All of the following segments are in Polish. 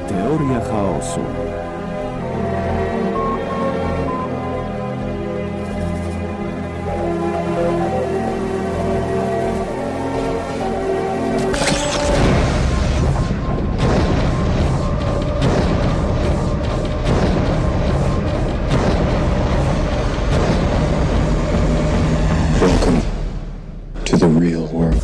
Teoria chaosu. Welcome to the real world.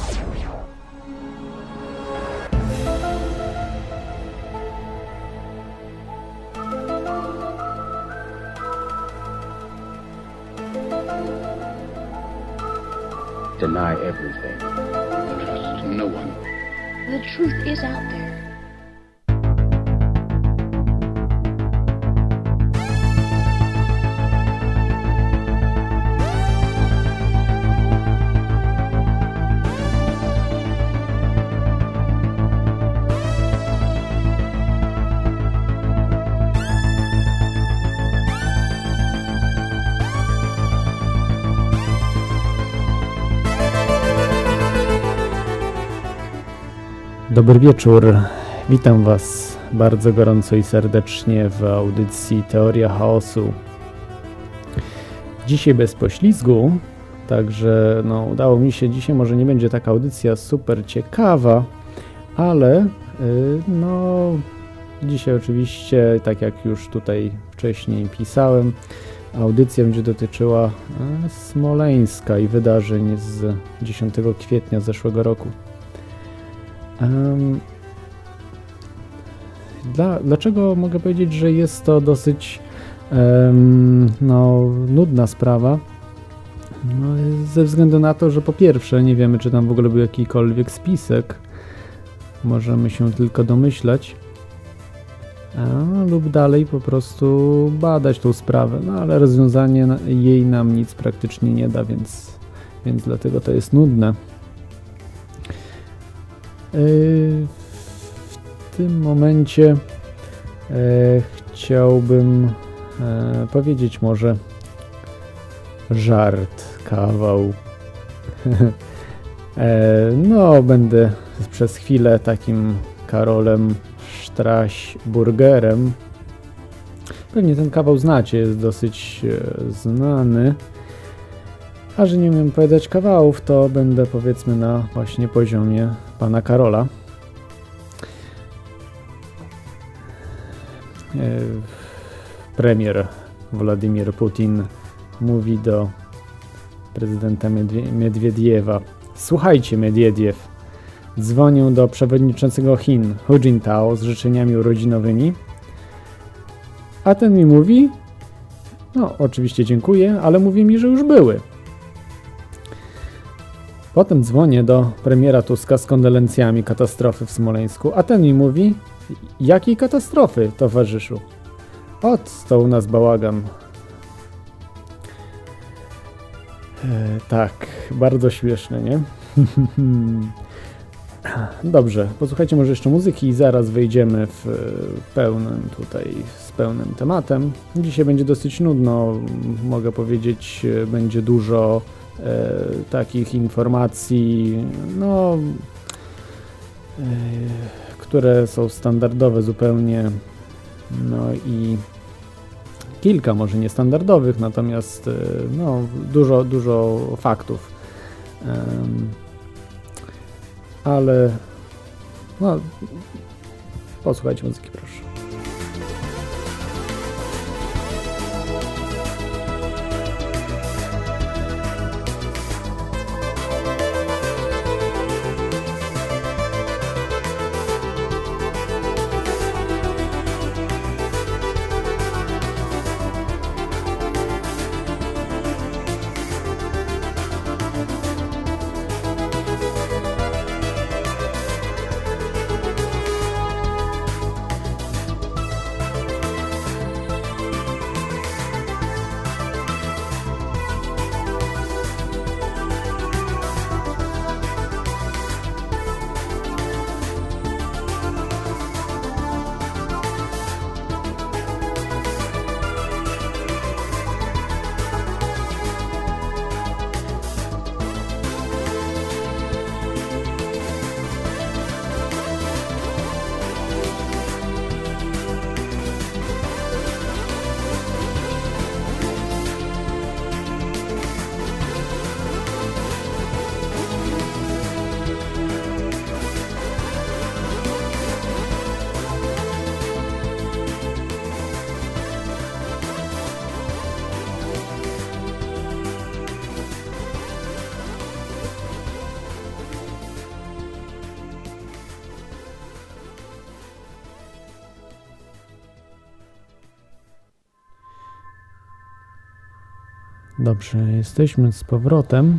Deny everything. Trust no one. The truth is out there. Dobry wieczór, witam Was bardzo gorąco i serdecznie w audycji Teoria Chaosu. Dzisiaj bez poślizgu, także udało mi się, dzisiaj może nie będzie taka audycja super ciekawa, ale dzisiaj oczywiście, tak jak już tutaj wcześniej pisałem, audycja będzie dotyczyła Smoleńska i wydarzeń z 10 kwietnia zeszłego roku. Dlaczego mogę powiedzieć, że jest to dosyć nudna sprawa? Ze względu na to, że po pierwsze nie wiemy, czy tam w ogóle był jakikolwiek spisek, możemy się tylko domyślać, lub dalej po prostu badać tą sprawę, ale rozwiązanie jej nam nic praktycznie nie da, więc dlatego to jest nudne. W tym momencie chciałbym powiedzieć może żart, kawał. Będę przez chwilę takim Karolem Strasburgerem. Pewnie ten kawał znacie, jest dosyć znany. A że nie umiem opowiadać kawałów, to będę powiedzmy na właśnie poziomie pana Karola. Premier Władimir Putin mówi do prezydenta Miedwiediewa: słuchajcie, Miedwiediew, dzwonię do przewodniczącego Chin Hu Jintao z życzeniami urodzinowymi. A ten mi mówi: oczywiście dziękuję, ale mówi mi, że już były. Potem dzwonię do premiera Tuska z kondolencjami katastrofy w Smoleńsku, a ten mi mówi: jakiej katastrofy, towarzyszu? To u nas bałagan. Tak, bardzo śmieszne, nie? Dobrze, posłuchajcie może jeszcze muzyki i zaraz wejdziemy z pełnym tematem. Dzisiaj będzie dosyć nudno, mogę powiedzieć, będzie dużo takich informacji, które są standardowe zupełnie, i kilka może niestandardowych, natomiast dużo faktów, ale posłuchajcie muzyki, proszę. Dobrze, jesteśmy z powrotem.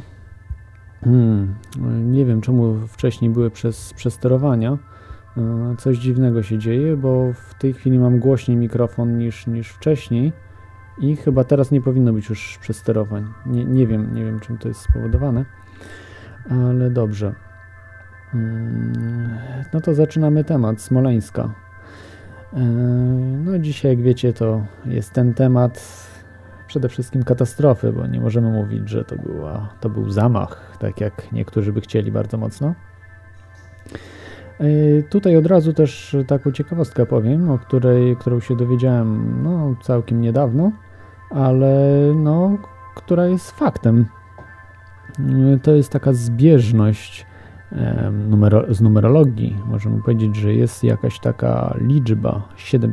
Nie wiem, czemu wcześniej były przesterowania. Coś dziwnego się dzieje, bo w tej chwili mam głośniej mikrofon niż wcześniej i chyba teraz nie powinno być już przesterowań. Nie wiem, czym to jest spowodowane, ale dobrze. No to zaczynamy temat Smoleńska. No dzisiaj, jak wiecie, to jest ten temat przede wszystkim katastrofy, bo nie możemy mówić, że to był zamach, tak jak niektórzy by chcieli bardzo mocno. Tutaj od razu też taką ciekawostkę powiem, którą się dowiedziałem całkiem niedawno, ale która jest faktem. To jest taka zbieżność z numerologii. Możemy powiedzieć, że jest jakaś taka liczba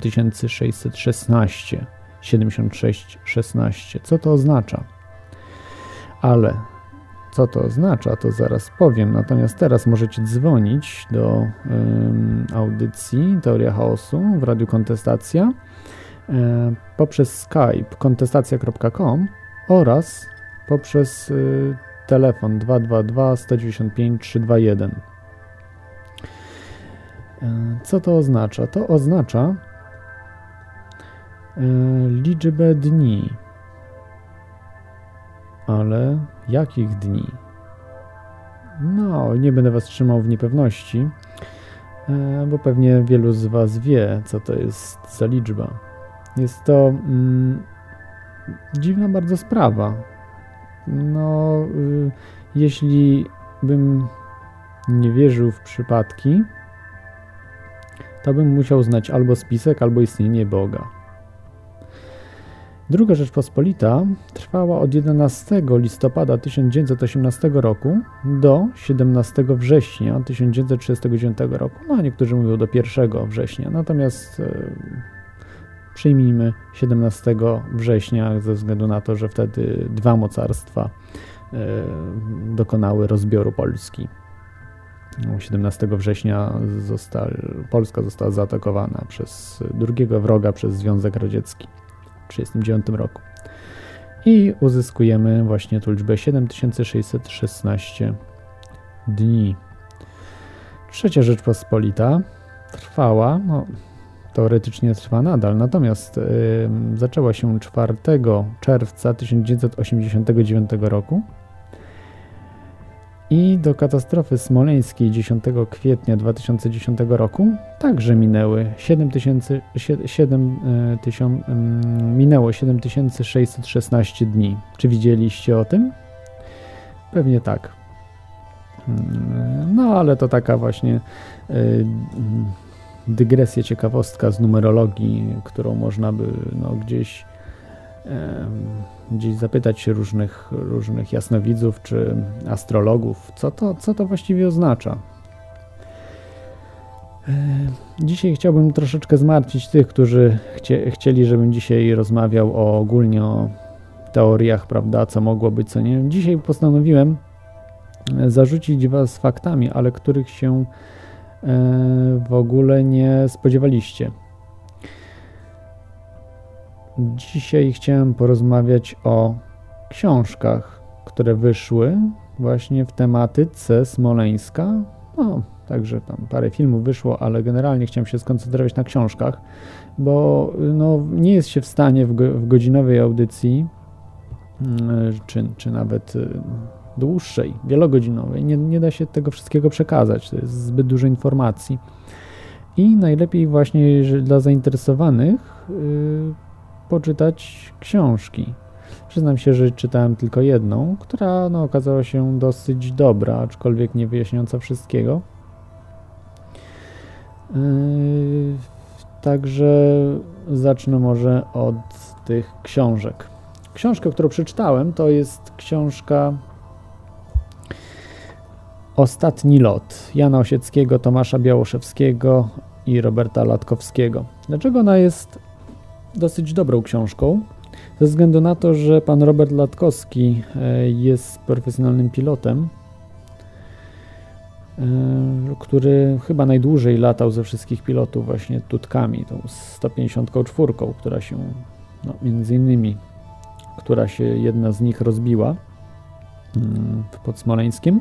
7616, 7616. Co to oznacza? Ale co to oznacza, to zaraz powiem. Natomiast teraz możecie dzwonić do audycji Teoria Chaosu w Radiu Kontestacja poprzez Skype kontestacja.com oraz poprzez telefon 222 195 321. Co to oznacza? To oznacza liczbę dni. Ale jakich dni? Nie będę was trzymał w niepewności, bo pewnie wielu z was wie, co to jest za liczba. Jest to dziwna bardzo sprawa. Jeśli bym nie wierzył w przypadki, to bym musiał znać albo spisek, albo istnienie Boga. Druga Rzeczpospolita trwała od 11 listopada 1918 roku do 17 września 1939 roku. A niektórzy mówią do 1 września, natomiast przyjmijmy 17 września ze względu na to, że wtedy dwa mocarstwa dokonały rozbioru Polski. 17 września Polska została zaatakowana przez drugiego wroga, przez Związek Radziecki w 1939 roku. I uzyskujemy właśnie tu liczbę 7616 dni. Trzecia Rzeczpospolita trwała, teoretycznie trwa nadal, natomiast zaczęła się 4 czerwca 1989 roku i do katastrofy smoleńskiej 10 kwietnia 2010 roku także minęło 7616 dni. Czy widzieliście o tym? Pewnie tak. Ale to taka właśnie dygresja, ciekawostka z numerologii, którą można by gdzieś zapytać się różnych jasnowidzów czy astrologów, co to właściwie oznacza. Dzisiaj chciałbym troszeczkę zmartwić tych, którzy chcieli, żebym dzisiaj rozmawiał ogólnie o teoriach, prawda, co mogło być, co nie. Dzisiaj postanowiłem zarzucić was faktami, ale których się w ogóle nie spodziewaliście. Dzisiaj chciałem porozmawiać o książkach, które wyszły właśnie w tematyce Smoleńska. Także tam parę filmów wyszło, ale generalnie chciałem się skoncentrować na książkach, bo nie jest się w stanie w godzinowej audycji, czy nawet dłuższej, wielogodzinowej, nie da się tego wszystkiego przekazać. To jest zbyt dużo informacji. I najlepiej właśnie dla zainteresowanych poczytać książki. Przyznam się, że czytałem tylko jedną, która okazała się dosyć dobra, aczkolwiek nie wyjaśniająca wszystkiego. Także zacznę może od tych książek. Książkę, którą przeczytałem, to jest książka Ostatni lot Jana Osieckiego, Tomasza Białoszewskiego i Roberta Latkowskiego. Dlaczego ona jest dosyć dobrą książką? Ze względu na to, że pan Robert Latkowski jest profesjonalnym pilotem, który chyba najdłużej latał ze wszystkich pilotów właśnie tutkami, tą 154, która się między innymi która się jedna z nich rozbiła pod Smoleńskiem.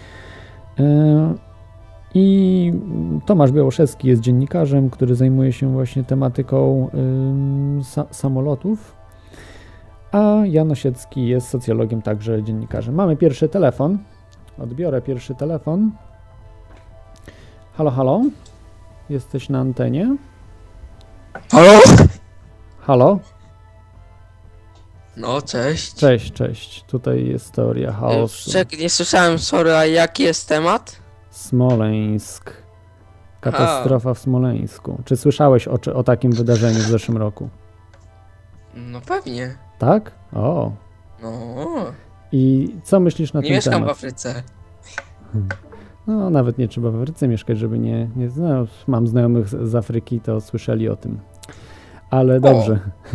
I Tomasz Białoszewski jest dziennikarzem, który zajmuje się właśnie tematyką samolotów, a Jan Osiecki jest socjologiem, także dziennikarzem. Mamy pierwszy telefon. Odbiorę pierwszy telefon. Halo, halo? Jesteś na antenie? Halo? Halo? No, cześć. Cześć. Tutaj jest teoria chaosu. Nie słyszałem, sorry, a jaki jest temat? Smoleńsk. Katastrofa w Smoleńsku. Czy słyszałeś o takim wydarzeniu w zeszłym roku? No pewnie. Tak? O. No. I co myślisz na Nie ten mieszkam temat? w Afryce. No, nawet nie trzeba w Afryce mieszkać, żeby nie no, mam znajomych z Afryki, to słyszeli o tym. Ale dobrze.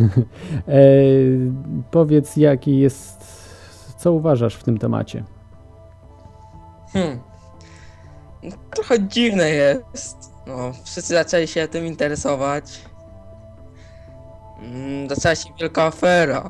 Powiedz, jaki jest, co uważasz w tym temacie? Trochę dziwne jest. No, wszyscy zaczęli się tym interesować. Zaczęła się wielka afera.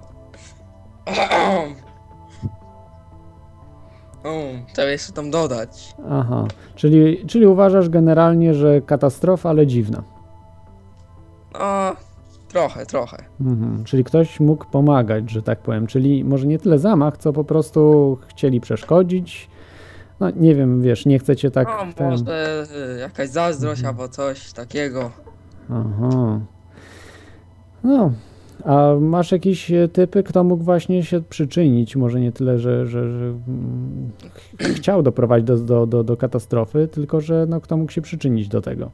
Trzeba jeszcze tam dodać. Aha, czyli uważasz generalnie, że katastrofa, ale dziwna. No, trochę. Czyli ktoś mógł pomagać, że tak powiem. Czyli może nie tyle zamach, co po prostu chcieli przeszkodzić. No nie wiem, wiesz, nie chcecie tak... No, może jakaś zazdrość albo coś takiego. Aha. No, a masz jakieś typy, kto mógł właśnie się przyczynić? Może nie tyle, że chciał doprowadzić do katastrofy, tylko że no, kto mógł się przyczynić do tego?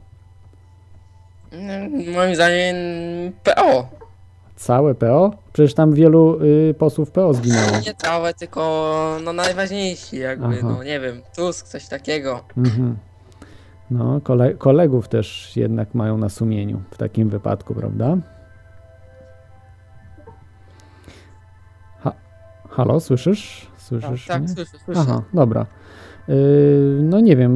Moim zdaniem PO. Całe PO? Przecież tam wielu posłów PO zginęło. Nie całe, tylko no najważniejsi jakby, Aha. no nie wiem, Tusk, coś takiego. No, kolegów też jednak mają na sumieniu w takim wypadku, prawda? Halo, słyszysz? Słyszysz Tak, mnie? słyszę. Aha, dobra. No nie wiem,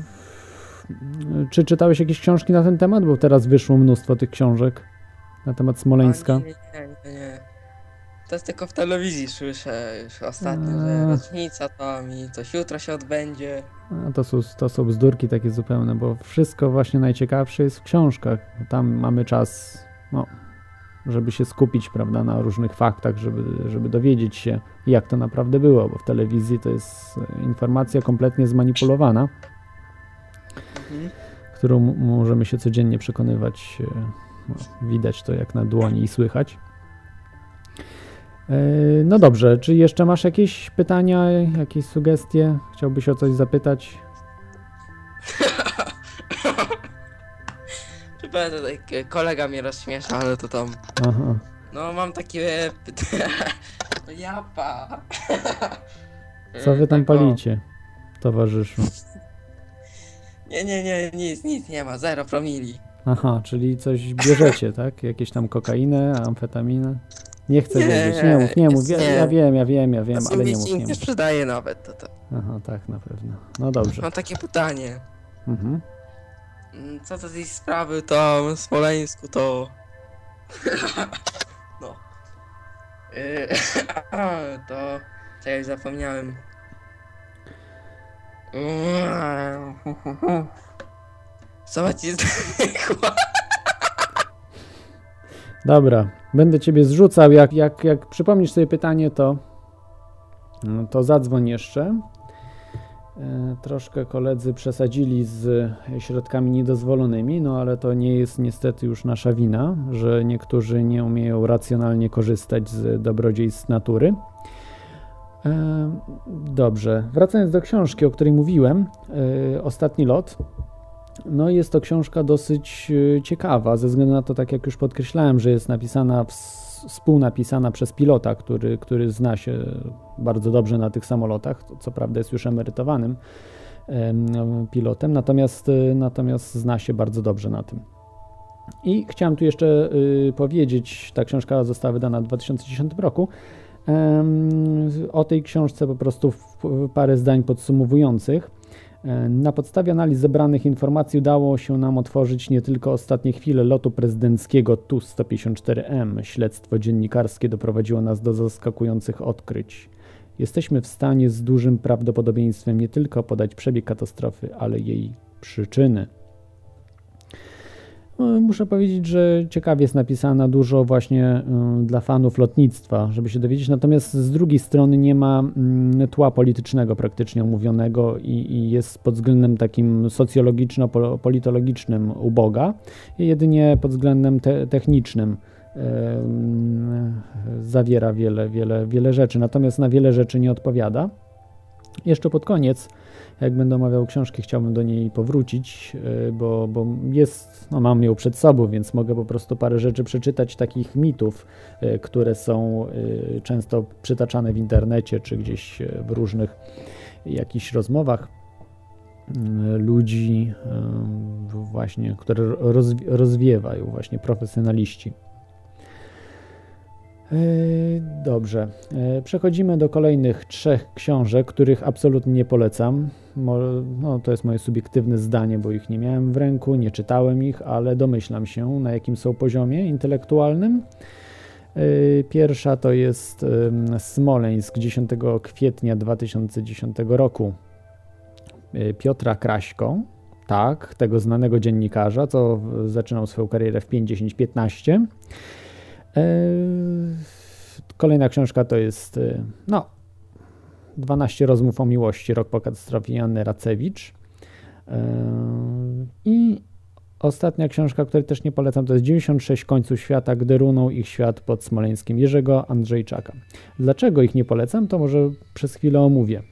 czy czytałeś jakieś książki na ten temat? Bo teraz wyszło mnóstwo tych książek na temat Smoleńska. Nie. To jest tylko w telewizji słyszę już ostatnio, że rocznica tam i coś jutro się odbędzie. A to są bzdurki takie zupełne, bo wszystko właśnie najciekawsze jest w książkach. Tam mamy czas, no, żeby się skupić, prawda, na różnych faktach, żeby dowiedzieć się, jak to naprawdę było, bo w telewizji to jest informacja kompletnie zmanipulowana, którą możemy się codziennie przekonywać. No, widać to jak na dłoni i słychać. No dobrze, czy jeszcze masz jakieś pytania, jakieś sugestie? Chciałbyś o coś zapytać? Chyba tutaj kolega mnie rozśmiesza, ale to tam... Aha. No mam takie pytania... No japa. Co wy tam Tak, o. palicie, towarzyszu? Nie, nic nie ma, 0 promili. Aha, czyli coś bierzecie, tak? Jakieś tam kokainę, amfetaminę? Nie chcę wiedzieć, nie mów. Ja wiem, ale nie mów. Nikt nie sprzedaje nawet to. Aha, tak, na pewno. No dobrze. Mam takie pytanie. Mhm. Co do tej sprawy tam w Smoleńsku to... No. To... Czekaj, zapomniałem. Co ci zdechła? Dobra, będę ciebie zrzucał. Jak przypomnisz sobie pytanie, to zadzwoń jeszcze. Troszkę koledzy przesadzili z środkami niedozwolonymi, no ale to nie jest niestety już nasza wina, że niektórzy nie umieją racjonalnie korzystać z dobrodziejstw natury. Dobrze, wracając do książki, o której mówiłem, Ostatni lot. No jest to książka dosyć ciekawa, ze względu na to, tak jak już podkreślałem, że jest napisana, współnapisana przez pilota, który zna się bardzo dobrze na tych samolotach, co prawda jest już emerytowanym pilotem, natomiast zna się bardzo dobrze na tym. I chciałem tu jeszcze powiedzieć, ta książka została wydana w 2010 roku, o tej książce po prostu parę zdań podsumowujących. Na podstawie analiz zebranych informacji udało się nam otworzyć nie tylko ostatnie chwile lotu prezydenckiego Tu-154M. Śledztwo dziennikarskie doprowadziło nas do zaskakujących odkryć. Jesteśmy w stanie z dużym prawdopodobieństwem nie tylko podać przebieg katastrofy, ale jej przyczyny. Muszę powiedzieć, że ciekawie jest napisana, dużo właśnie dla fanów lotnictwa, żeby się dowiedzieć, natomiast z drugiej strony nie ma tła politycznego praktycznie omówionego i jest pod względem takim socjologiczno-politologicznym uboga, jedynie pod względem technicznym zawiera wiele rzeczy, natomiast na wiele rzeczy nie odpowiada. Jeszcze pod koniec, jak będę omawiał książkę, chciałbym do niej powrócić, bo jest, no mam ją przed sobą, więc mogę po prostu parę rzeczy przeczytać, takich mitów, które są często przytaczane w internecie, czy gdzieś w różnych jakichś rozmowach ludzi właśnie, które rozwiewają właśnie profesjonaliści. Dobrze, przechodzimy do kolejnych 3 książek, których absolutnie nie polecam. No, to jest moje subiektywne zdanie, bo ich nie miałem w ręku, nie czytałem ich, ale domyślam się, na jakim są poziomie intelektualnym. Pierwsza to jest Smoleńsk 10 kwietnia 2010 roku Piotra Kraśko, tak, tego znanego dziennikarza, co zaczynał swoją karierę w 5, 10, 15. Kolejna książka to jest 12 rozmów o miłości, rok po katastrofie Joanny Racewicz. I ostatnia książka, której też nie polecam, to jest 96 końców świata, gdy runął ich świat pod Smoleńskiem, Jerzego Andrzejczaka. Dlaczego ich nie polecam, to może przez chwilę omówię.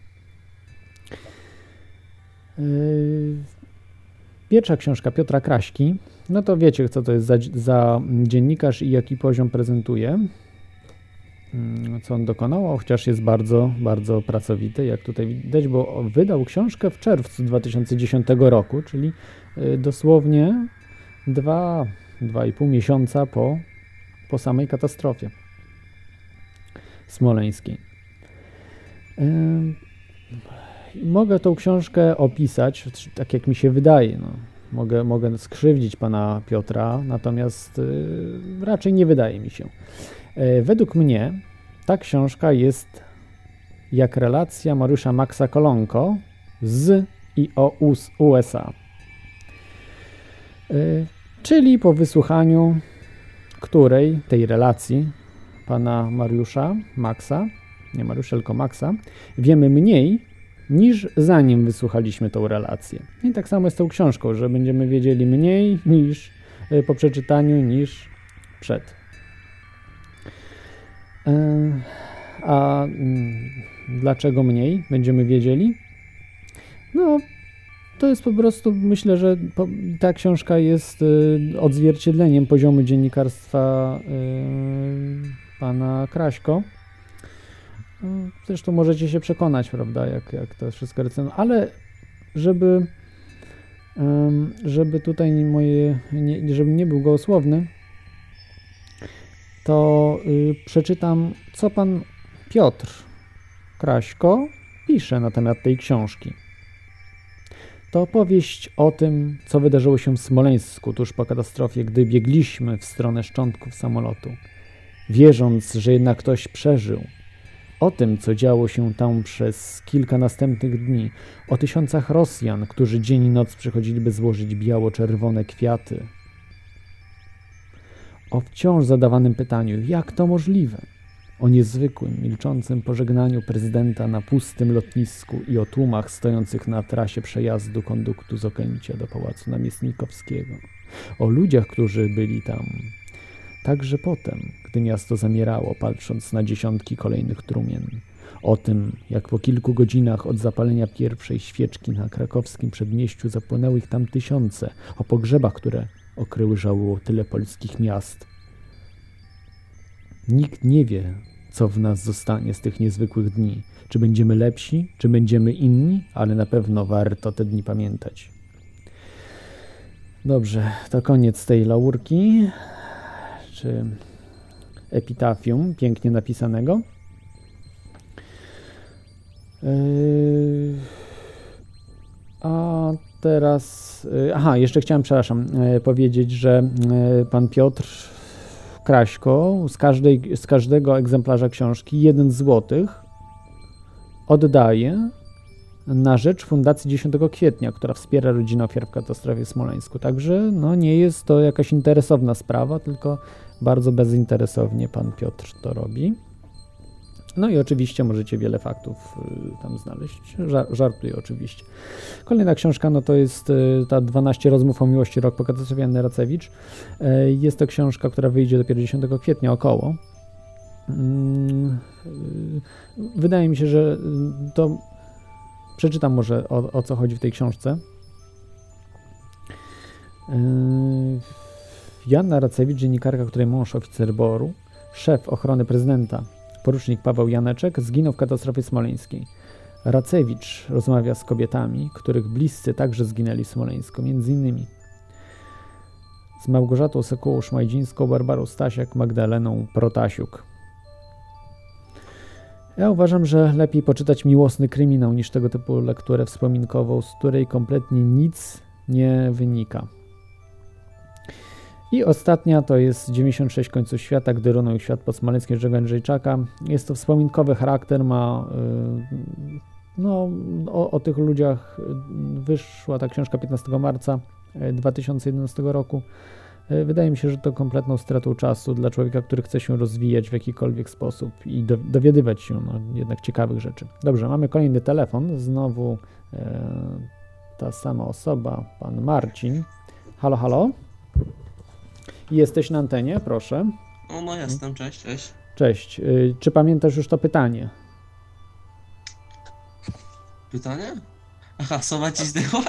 Pierwsza książka Piotra Kraśki, no to wiecie, co to jest za dziennikarz i jaki poziom prezentuje, co on dokonał, chociaż jest bardzo, bardzo pracowity, jak tutaj widać, bo wydał książkę w czerwcu 2010 roku, czyli dosłownie 2,5 miesiąca po samej katastrofie smoleńskiej. Mogę tą książkę opisać, tak jak mi się wydaje. No. Mogę skrzywdzić pana Piotra, natomiast raczej nie wydaje mi się. Według mnie ta książka jest jak relacja Mariusza Maxa Kolonko z i o USA. Czyli po wysłuchaniu tej relacji pana Mariusza Maxa, nie Mariusza, tylko Maxa, wiemy mniej niż zanim wysłuchaliśmy tą relację. I tak samo jest z tą książką, że będziemy wiedzieli mniej niż po przeczytaniu niż przed. A dlaczego mniej będziemy wiedzieli? No, to jest po prostu, myślę, że ta książka jest odzwierciedleniem poziomu dziennikarstwa pana Kraśko. Zresztą możecie się przekonać, prawda, jak to wszystko recenzują, ale żeby tutaj żebym nie był gołosłowny, to przeczytam, co pan Piotr Kraśko pisze na temat tej książki. To opowieść o tym, co wydarzyło się w Smoleńsku tuż po katastrofie, gdy biegliśmy w stronę szczątków samolotu, wierząc, że jednak ktoś przeżył. O tym, co działo się tam przez kilka następnych dni, o tysiącach Rosjan, którzy dzień i noc przychodzili, by złożyć biało-czerwone kwiaty. O wciąż zadawanym pytaniu, jak to możliwe? O niezwykłym, milczącym pożegnaniu prezydenta na pustym lotnisku i o tłumach stojących na trasie przejazdu konduktu z Okęcia do Pałacu Namiestnikowskiego. O ludziach, którzy byli tam. Także potem, gdy miasto zamierało, patrząc na dziesiątki kolejnych trumien. O tym, jak po kilku godzinach od zapalenia pierwszej świeczki na krakowskim przedmieściu zapłonęły ich tam tysiące. O pogrzebach, które okryły żałoło tyle polskich miast. Nikt nie wie, co w nas zostanie z tych niezwykłych dni. Czy będziemy lepsi, czy będziemy inni, ale na pewno warto te dni pamiętać. Dobrze, to koniec tej laurki, czy epitafium pięknie napisanego. A teraz... Aha, jeszcze chciałem, przepraszam, powiedzieć, że pan Piotr Kraśko z każdego egzemplarza książki 1 złotych oddaje na rzecz Fundacji 10 kwietnia, która wspiera rodzinę ofiar w katastrofie w Smoleńsku. Także no, nie jest to jakaś interesowna sprawa, tylko bardzo bezinteresownie pan Piotr to robi. No i oczywiście możecie wiele faktów tam znaleźć. Żartuję oczywiście. Kolejna książka, no to jest ta 12 rozmów o miłości rok po katastrofie Anny Racewicz. Jest to książka, która wyjdzie dopiero 10 kwietnia około. Wydaje mi się, że to przeczytam może o co chodzi w tej książce. Joanna Racewicz, dziennikarka, której mąż oficer BOR-u, szef ochrony prezydenta, porucznik Paweł Janeczek, zginął w katastrofie smoleńskiej. Racewicz rozmawia z kobietami, których bliscy także zginęli w Smoleńsku, między innymi z Małgorzatą Sokołą-Szmajdzińską, Barbarą Stasiak, Magdaleną Protasiuk. Ja uważam, że lepiej poczytać miłosny kryminał niż tego typu lekturę wspominkową, z której kompletnie nic nie wynika. I ostatnia to jest 96 końców świata, gdy runął świat pod Smoleńskiem Jerzego Andrzejczaka. Jest to wspominkowy charakter, ma o tych ludziach. Wyszła ta książka 15 marca 2011 roku. Wydaje mi się, że to kompletną stratą czasu dla człowieka, który chce się rozwijać w jakikolwiek sposób i dowiadywać się jednak ciekawych rzeczy. Dobrze, mamy kolejny telefon. Znowu ta sama osoba, pan Marcin. Halo, halo? Jesteś na antenie, proszę. No jestem, cześć. Cześć. Czy pamiętasz już to pytanie? Pytanie? Aha, sowa ci zdechła?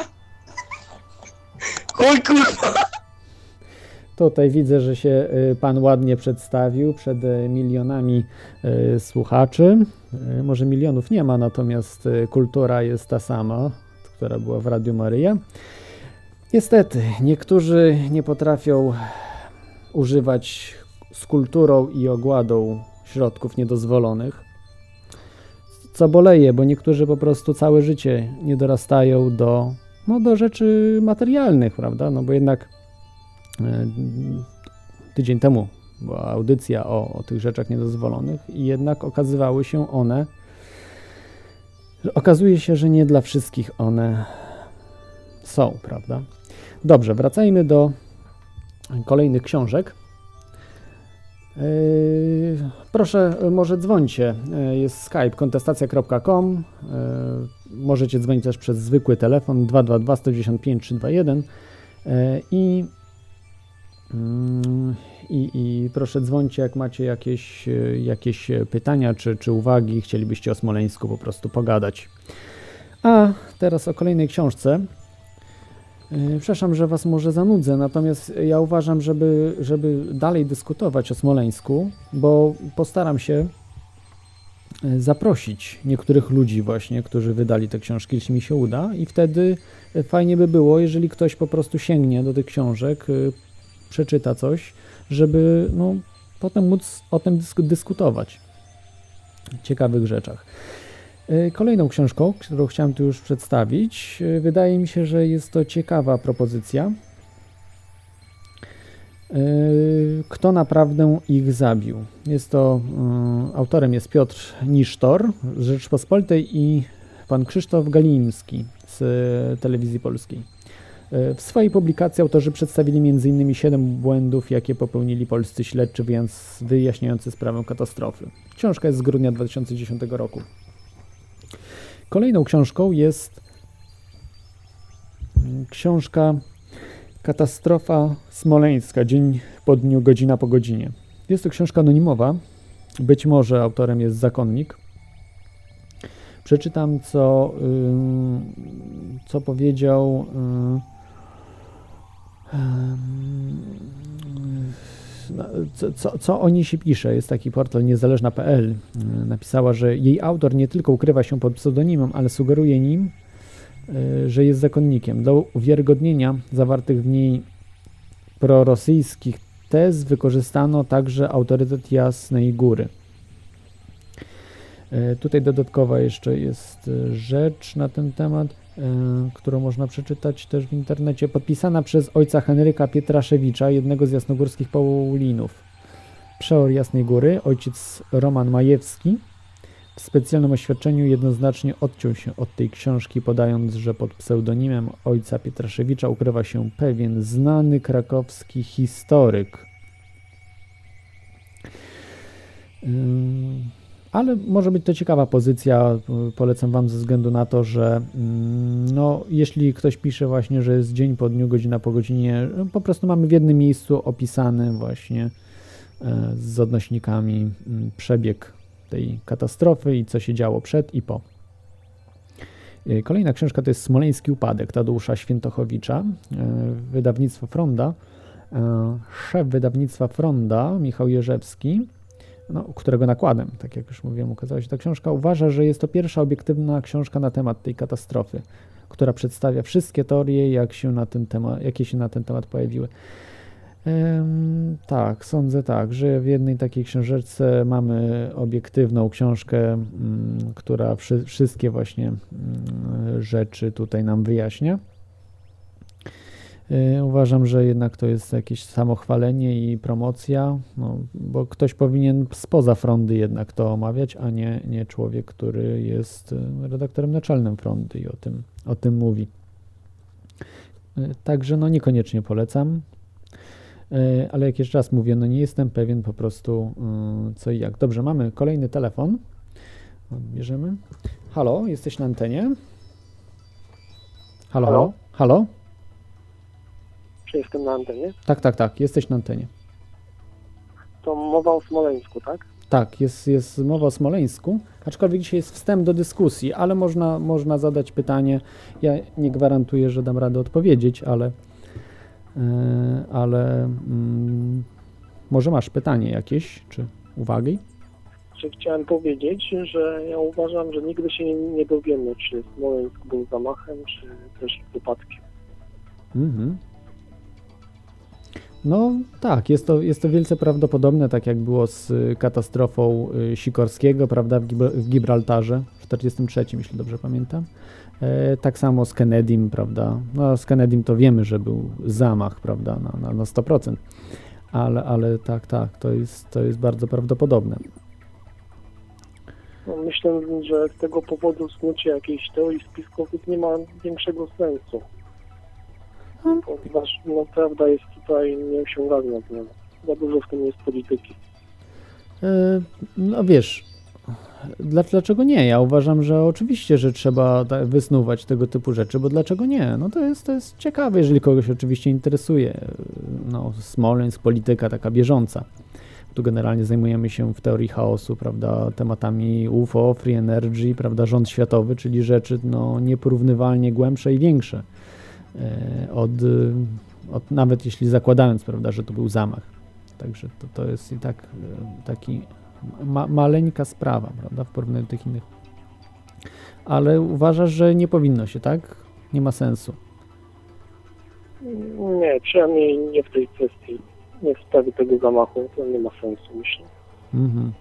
Oj kurwa! Tutaj widzę, że się pan ładnie przedstawił przed milionami słuchaczy. Może milionów nie ma, natomiast kultura jest ta sama, która była w Radiu Maryja. Niestety, niektórzy nie potrafią używać z kulturą i ogładą środków niedozwolonych, co boleje, bo niektórzy po prostu całe życie nie dorastają do rzeczy materialnych, prawda? No bo jednak tydzień temu była audycja o tych rzeczach niedozwolonych i jednak okazuje się, że nie dla wszystkich one są, prawda? Dobrze, wracajmy do kolejnych książek. Proszę, może dzwońcie. Jest Skype kontestacja.com. Możecie dzwonić też przez zwykły telefon 222 195 321 i proszę dzwońcie, jak macie jakieś pytania czy uwagi, chcielibyście o Smoleńsku po prostu pogadać. A teraz o kolejnej książce. Przepraszam, że was może zanudzę, natomiast ja uważam, żeby dalej dyskutować o Smoleńsku, bo postaram się zaprosić niektórych ludzi właśnie, którzy wydali te książki, jeśli mi się uda, i wtedy fajnie by było, jeżeli ktoś po prostu sięgnie do tych książek, przeczyta coś, żeby potem móc o tym dyskutować. Ciekawych rzeczach. Kolejną książką, którą chciałem tu już przedstawić, wydaje mi się, że jest to ciekawa propozycja. Kto naprawdę ich zabił? Autorem jest Piotr Nisztor z Rzeczpospolitej i pan Krzysztof Galimski z Telewizji Polskiej. W swojej publikacji autorzy przedstawili m.in. 7 błędów, jakie popełnili polscy śledczy wyjaśniający sprawę katastrofy. Książka jest z grudnia 2010 roku. Kolejną książką jest książka Katastrofa smoleńska, dzień po dniu, godzina po godzinie. Jest to książka anonimowa, być może autorem jest zakonnik. Przeczytam, co powiedział co o niej się pisze. Jest taki portal niezależna.pl. Napisała, że jej autor nie tylko ukrywa się pod pseudonimem, ale sugeruje nim, że jest zakonnikiem. Do uwiarygodnienia zawartych w niej prorosyjskich tez wykorzystano także autorytet Jasnej Góry. Tutaj dodatkowa jeszcze jest rzecz na ten temat. którą można przeczytać też w internecie, podpisana przez ojca Henryka Pietraszewicza, jednego z jasnogórskich Paulinów. Przeor Jasnej Góry, ojciec Roman Majewski, w specjalnym oświadczeniu jednoznacznie odciął się od tej książki, podając, że pod pseudonimem ojca Pietraszewicza ukrywa się pewien znany krakowski historyk. Ale może być to ciekawa pozycja, polecam Wam ze względu na to, że no, jeśli ktoś pisze właśnie, że jest dzień po dniu, godzina po godzinie, po prostu mamy w jednym miejscu opisany właśnie z odnośnikami przebieg tej katastrofy i co się działo przed i po. Kolejna książka to jest Smoleński upadek Tadeusza Świętochowicza, wydawnictwo Fronda. Szef wydawnictwa Fronda, Michał Jerzewski, no, którego nakładem, tak jak już mówiłem, ukazała się ta książka, uważa, że jest to pierwsza obiektywna książka na temat tej katastrofy, która przedstawia wszystkie teorie, jakie się na ten temat pojawiły. Tak, sądzę tak, że w jednej takiej książeczce mamy obiektywną książkę, która wszystkie właśnie rzeczy tutaj nam wyjaśnia. Uważam, że jednak to jest jakieś samochwalenie i promocja, no, bo ktoś powinien spoza Frondy jednak to omawiać, a nie człowiek, który jest redaktorem naczelnym Frondy i o tym mówi. Także no niekoniecznie polecam, ale jak jeszcze raz mówię, no nie jestem pewien po prostu co i jak. Dobrze, mamy kolejny telefon. Odbierzemy. Halo, jesteś na antenie? Halo, halo? Halo? Czy jestem na antenie? Tak, jesteś na antenie. To mowa o Smoleńsku, tak? Tak, jest mowa o Smoleńsku, aczkolwiek dzisiaj jest wstęp do dyskusji, ale można zadać pytanie. Ja nie gwarantuję, że dam radę odpowiedzieć, ale może masz pytanie jakieś, czy uwagi? Chciałem powiedzieć, że ja uważam, że nigdy się nie dowiemy, czy Smoleńsk był zamachem, czy też wypadkiem. Mhm. No tak, jest to wielce prawdopodobne, tak jak było z katastrofą Sikorskiego, prawda, w Gibraltarze w 1943, jeśli dobrze pamiętam. Tak samo z Kennedym, prawda. No z Kennedym to wiemy, że był zamach, prawda, na 100%. Ale tak, to jest bardzo prawdopodobne. No, myślę, że z tego powodu snucie jakiejś teorii spiskowych nie ma większego sensu. Ponieważ no, prawda jest tutaj nieosiągalna. Za dużo w tym jest polityki. No wiesz, dlaczego nie? Ja uważam, że oczywiście, że trzeba wysnuwać tego typu rzeczy, bo dlaczego nie? No to jest ciekawe, jeżeli kogoś oczywiście interesuje. No, Smoleńsk, polityka taka bieżąca. Tu generalnie zajmujemy się w teorii chaosu, prawda, tematami UFO, free energy, prawda, rząd światowy, czyli rzeczy no, nieporównywalnie głębsze i większe. Od nawet jeśli zakładając, prawda, że to był zamach. Także to jest i tak taki maleńka sprawa, prawda, w porównaniu do tych innych. Ale uważasz, że nie powinno się, tak? Nie ma sensu. Nie, przynajmniej nie w tej kwestii. Nie w sprawie tego zamachu, to nie ma sensu, myślę. Mhm.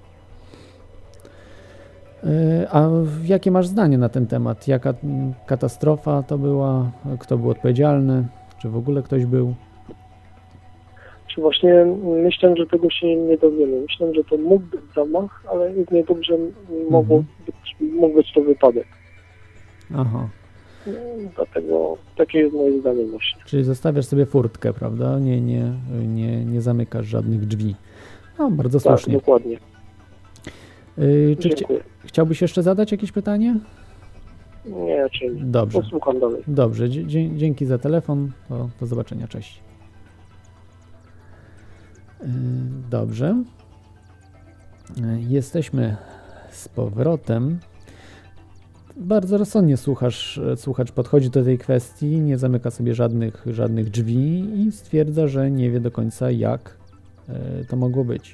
A jakie masz zdanie na ten temat? Jaka katastrofa to była? Kto był odpowiedzialny? Czy w ogóle ktoś był? Czy właśnie myślę, że tego się nie dowiemy. Myślę, że to mógł być zamach, ale równie dobrze mógł być to wypadek. Aha. Dlatego takie jest moje zdanie właśnie. Czyli zostawiasz sobie furtkę, prawda? Nie zamykasz żadnych drzwi. No, bardzo słusznie. Tak, dokładnie. Czy chciałbyś jeszcze zadać jakieś pytanie? Nie, raczej nie. Dobrze. Posłucham dalej. Dobrze, dzięki za telefon. Do zobaczenia, cześć. Dobrze. Jesteśmy z powrotem. Bardzo rozsądnie słuchacz podchodzi do tej kwestii, nie zamyka sobie żadnych drzwi i stwierdza, że nie wie do końca, jak to mogło być.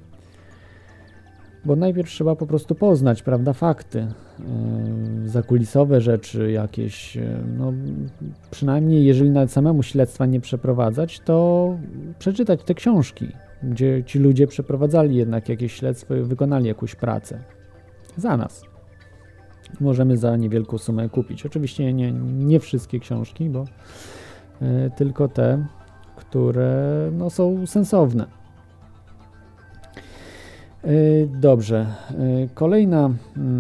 Bo najpierw trzeba po prostu poznać, prawda, fakty, zakulisowe rzeczy jakieś, no przynajmniej jeżeli nawet samemu śledztwa nie przeprowadzać, to przeczytać te książki, gdzie ci ludzie przeprowadzali jednak jakieś śledztwo i wykonali jakąś pracę za nas. możemy za niewielką sumę kupić. Oczywiście nie wszystkie książki, bo tylko te, które no, są sensowne. Dobrze. Kolejna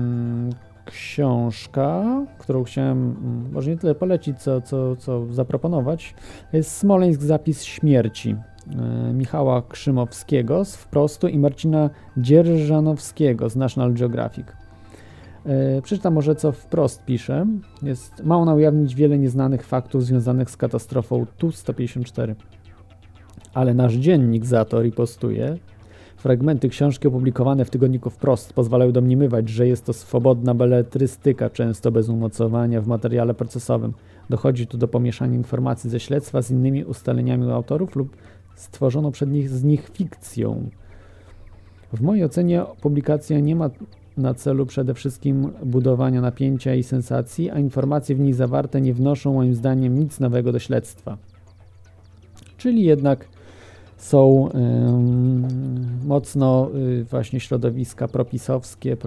książka, którą chciałem może nie tyle polecić, co zaproponować, jest Smoleńsk zapis śmierci Michała Krzymowskiego z Wprostu i Marcina Dzierżanowskiego z National Geographic. Przeczytam może, co Wprost pisze. Ma ona ujawnić wiele nieznanych faktów związanych z katastrofą Tu-154. Ale nasz dziennik za to ripostuje. Fragmenty książki opublikowane w tygodniku Wprost pozwalają domniemywać, że jest to swobodna beletrystyka, często bez umocowania w materiale procesowym. Dochodzi tu do pomieszania informacji ze śledztwa z innymi ustaleniami autorów lub stworzoną z nich fikcją. W mojej ocenie publikacja nie ma na celu przede wszystkim budowania napięcia i sensacji, a informacje w niej zawarte nie wnoszą moim zdaniem nic nowego do śledztwa. Czyli jednak są mocno właśnie środowiska propisowskie,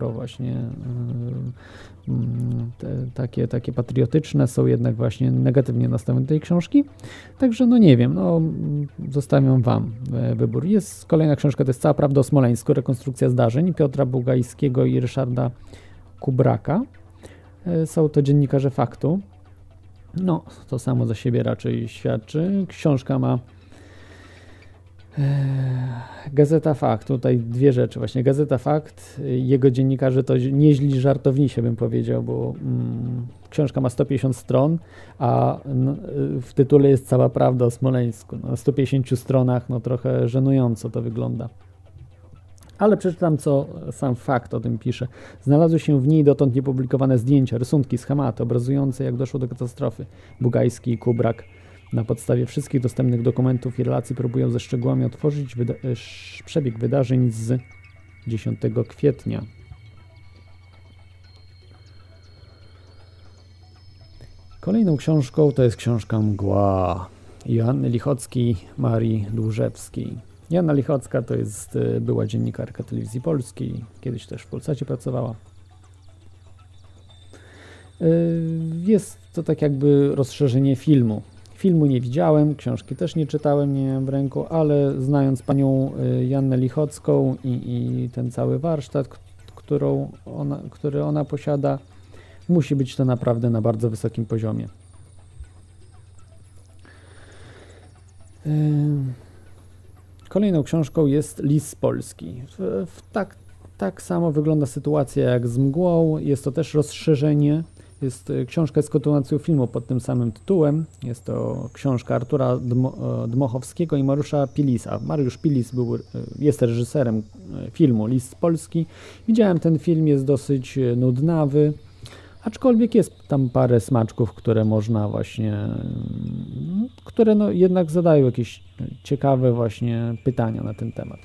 takie patriotyczne, są jednak właśnie negatywnie nastawione do tej książki. Także no nie wiem, zostawiam Wam wybór. Jest kolejna książka, to jest Cała prawda o Smoleńsku, rekonstrukcja zdarzeń Piotra Bugajskiego i Ryszarda Kubraka. Są to dziennikarze Faktu. No, to samo za siebie raczej świadczy. Książka ma Gazeta Fakt, tutaj dwie rzeczy właśnie. Gazeta Fakt, jego dziennikarze to nieźli żartownisie, bym powiedział, bo książka ma 150 stron, a w tytule jest Cała prawda o Smoleńsku. Na 150 stronach trochę żenująco to wygląda. Ale przeczytam, co sam Fakt o tym pisze. Znalazły się w niej dotąd niepublikowane zdjęcia, rysunki, schematy obrazujące, jak doszło do katastrofy. Bugajski i Kubrak na podstawie wszystkich dostępnych dokumentów i relacji próbują ze szczegółami otworzyć przebieg wydarzeń z 10 kwietnia. Kolejną książką to jest książka Mgła Joanny Lichockiej, Marii Dłużewskiej. Joanna Lichocka to jest była dziennikarka Telewizji Polskiej, kiedyś też w Polsacie pracowała. Jest to tak jakby rozszerzenie filmu. Filmu nie widziałem, książki też nie czytałem, nie miałem w ręku, ale znając panią Joannę Lichocką i ten cały warsztat, który ona posiada, musi być to naprawdę na bardzo wysokim poziomie. Kolejną książką jest Lis z Polski. Tak samo wygląda sytuacja jak z Mgłą. Jest to też rozszerzenie. Książka jest kontynuacją filmu pod tym samym tytułem. Jest to książka Artura Dmochowskiego i Mariusza Pilisa. Mariusz Pilis jest reżyserem filmu Lis z Polski. Widziałem ten film, jest dosyć nudnawy, aczkolwiek jest tam parę smaczków, które można właśnie, które jednak zadają jakieś ciekawe właśnie pytania na ten temat.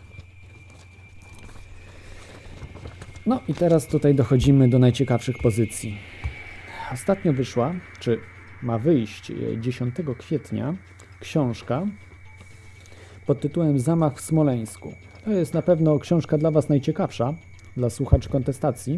No i teraz tutaj dochodzimy do najciekawszych pozycji. Ostatnio wyszła, czy ma wyjść 10 kwietnia książka pod tytułem Zamach w Smoleńsku. To jest na pewno książka dla Was najciekawsza, dla słuchaczy kontestacji,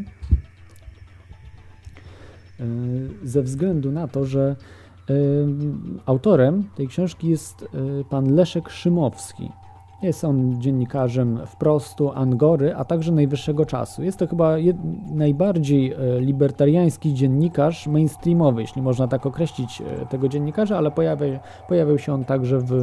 ze względu na to, że autorem tej książki jest pan Leszek Szymowski. Jest on dziennikarzem Wprostu, Angory, a także Najwyższego Czasu. Jest to chyba najbardziej libertariański dziennikarz mainstreamowy, jeśli można tak określić tego dziennikarza, ale pojawił się on także w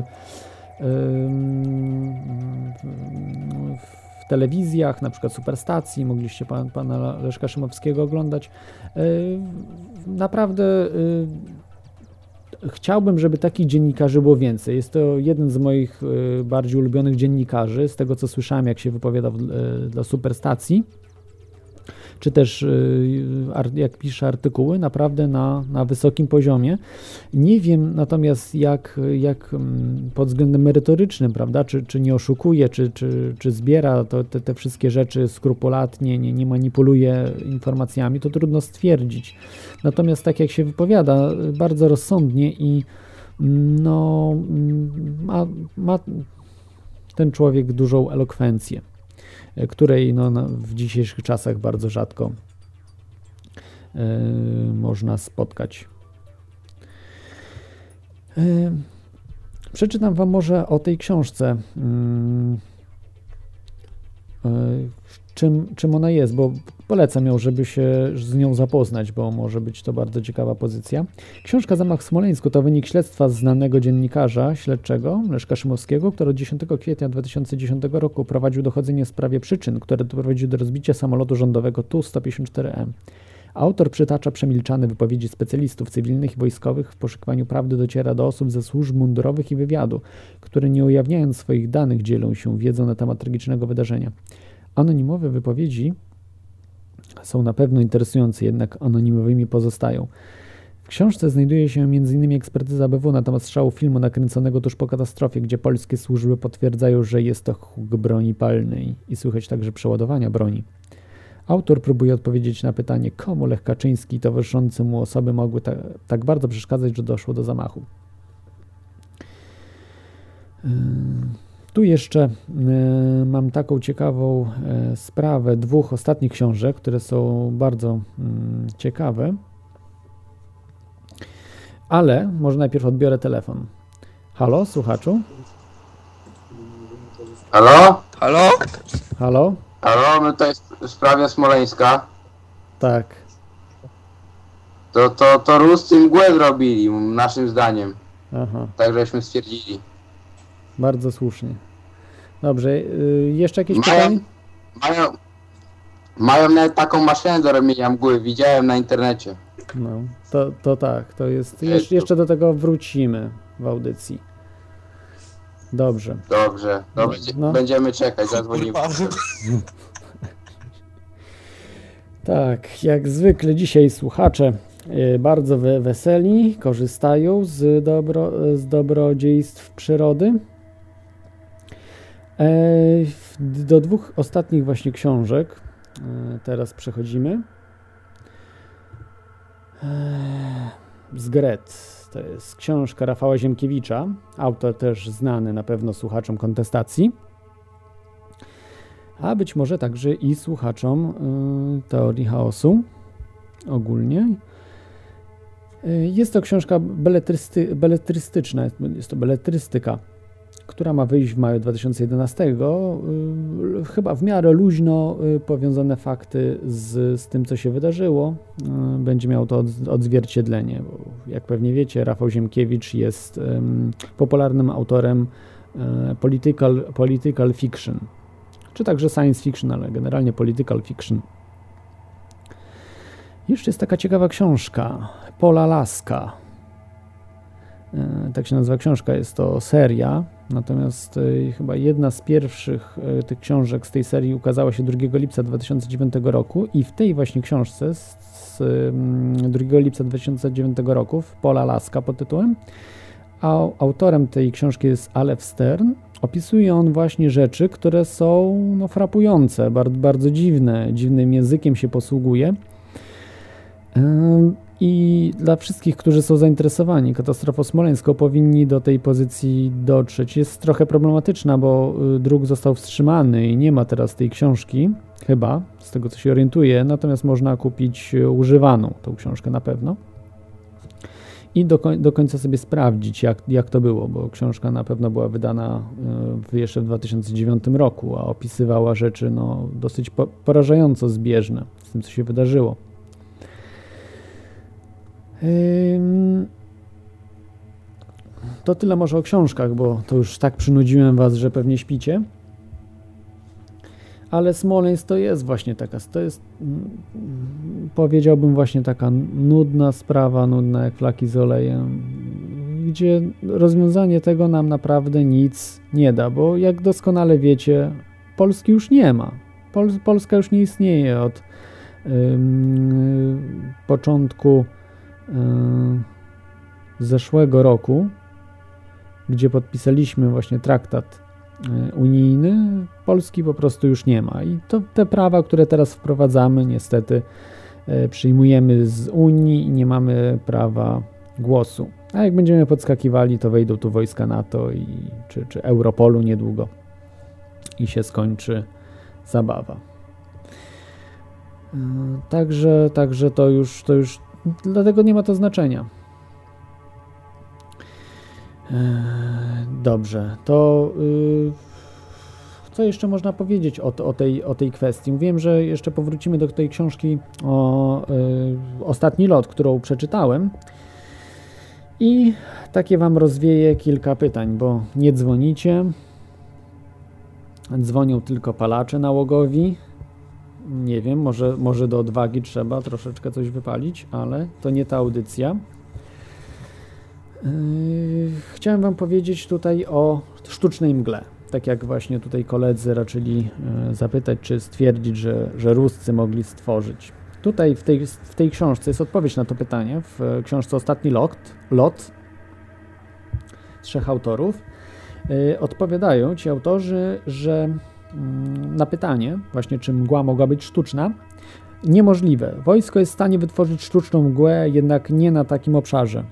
telewizjach, na przykład Superstacji, mogliście pana Leszka Szymowskiego oglądać. Naprawdę chciałbym, żeby takich dziennikarzy było więcej. Jest to jeden z moich bardziej ulubionych dziennikarzy, z tego co słyszałem, jak się wypowiada dla Superstacji, czy też jak pisze artykuły, naprawdę na wysokim poziomie. Nie wiem natomiast jak pod względem merytorycznym, prawda, czy nie oszukuje, czy zbiera te wszystkie rzeczy skrupulatnie, nie manipuluje informacjami, to trudno stwierdzić. Natomiast tak jak się wypowiada, bardzo rozsądnie i ma ten człowiek dużą elokwencję, której w dzisiejszych czasach bardzo rzadko można spotkać. Przeczytam wam może o tej książce, czym ona jest, bo polecam ją, żeby się z nią zapoznać, bo może być to bardzo ciekawa pozycja. Książka Zamach w Smoleńsku to wynik śledztwa znanego dziennikarza śledczego Leszka Szymowskiego, który od 10 kwietnia 2010 roku prowadził dochodzenie w sprawie przyczyn, które doprowadziły do rozbicia samolotu rządowego Tu-154M. Autor przytacza przemilczane wypowiedzi specjalistów cywilnych i wojskowych. W poszukiwaniu prawdy dociera do osób ze służb mundurowych i wywiadu, które nie ujawniając swoich danych dzielą się wiedzą na temat tragicznego wydarzenia. Anonimowe wypowiedzi są na pewno interesujące, jednak anonimowymi pozostają. W książce znajduje się m.in. ekspertyza ABW na temat strzału filmu nakręconego tuż po katastrofie, gdzie polskie służby potwierdzają, że jest to huk broni palnej i słychać także przeładowania broni. Autor próbuje odpowiedzieć na pytanie, komu Lech Kaczyński i towarzyszące mu osoby mogły tak bardzo przeszkadzać, że doszło do zamachu. Tu jeszcze mam taką ciekawą sprawę dwóch ostatnich książek, które są bardzo ciekawe. Ale może najpierw odbiorę telefon. Halo, słuchaczu? Halo? Halo? Halo? Halo, my tutaj w sprawie Smoleńska. Tak. To Ruscy mgłę zrobili, naszym zdaniem. Aha, Tak żeśmy stwierdzili. bardzo słusznie. Dobrze, jeszcze jakieś pytanie? Mają nawet taką maszynę do robienia mgły, widziałem na internecie. No, to tak, to jest. Jeszcze do tego wrócimy w audycji. Dobrze. Dobrze, No. będziemy czekać, zadzwonimy. Tak, jak zwykle dzisiaj słuchacze bardzo weseli, korzystają z dobrodziejstw przyrody. Do dwóch ostatnich właśnie książek teraz przechodzimy. Zgret to jest książka Rafała Ziemkiewicza, autor też znany na pewno słuchaczom Kontestacji, a być może także i słuchaczom Teorii Chaosu ogólnie. Jest to książka beletrystyczna, jest to beletrystyka, która ma wyjść w maju 2011. Chyba w miarę luźno powiązane fakty z tym, co się wydarzyło. Będzie miało to odzwierciedlenie, bo jak pewnie wiecie, Rafał Ziemkiewicz jest popularnym autorem political fiction, czy także science fiction, ale generalnie political fiction. Jeszcze jest taka ciekawa książka, Pola Laska. Tak się nazywa książka, jest to seria, natomiast chyba jedna z pierwszych tych książek z tej serii ukazała się 2 lipca 2009 roku i w tej właśnie książce z 2 lipca 2009 roku, Pola Laska pod tytułem, a autorem tej książki jest Aleph Stern. Opisuje on właśnie rzeczy, które są frapujące, bardzo dziwnym językiem się posługuje. I dla wszystkich, którzy są zainteresowani katastrofą smoleńską, powinni do tej pozycji dotrzeć. Jest trochę problematyczna, bo druk został wstrzymany i nie ma teraz tej książki, chyba, z tego co się orientuję, natomiast można kupić używaną tą książkę na pewno. I do końca sobie sprawdzić, jak to było, bo książka na pewno była wydana jeszcze w 2009 roku, a opisywała rzeczy dosyć porażająco zbieżne z tym, co się wydarzyło. To tyle może o książkach, bo to już tak przynudziłem was, że pewnie śpicie. Ale Smoleńsk to jest właśnie taka, powiedziałbym właśnie taka nudna sprawa, nudna jak flaki z olejem, gdzie rozwiązanie tego nam naprawdę nic nie da, bo jak doskonale wiecie, Polski już nie ma. Polska już nie istnieje od początku zeszłego roku, gdzie podpisaliśmy właśnie traktat unijny, Polski po prostu już nie ma. I to te prawa, które teraz wprowadzamy, niestety przyjmujemy z Unii i nie mamy głosu. A jak będziemy podskakiwali, to wejdą tu wojska NATO czy Europolu niedługo i się skończy zabawa. Także to już dlatego nie ma to znaczenia. Dobrze, to co jeszcze można powiedzieć o tej kwestii? Mówiłem, że jeszcze powrócimy do tej książki o Ostatni lot, którą przeczytałem i takie wam rozwieję kilka pytań, bo nie dzwonicie, dzwonią tylko palacze nałogowi. Nie wiem, może do odwagi trzeba troszeczkę coś wypalić, ale to nie ta audycja. Chciałem wam powiedzieć tutaj o sztucznej mgle. Tak jak właśnie tutaj koledzy raczyli zapytać, czy stwierdzić, że Ruscy mogli stworzyć. Tutaj w tej książce jest odpowiedź na to pytanie. W książce Ostatni lot 3 autorów odpowiadają ci autorzy, że na pytanie właśnie, czy mgła mogła być sztuczna, niemożliwe. Wojsko jest w stanie wytworzyć sztuczną mgłę, jednak nie na takim obszarze.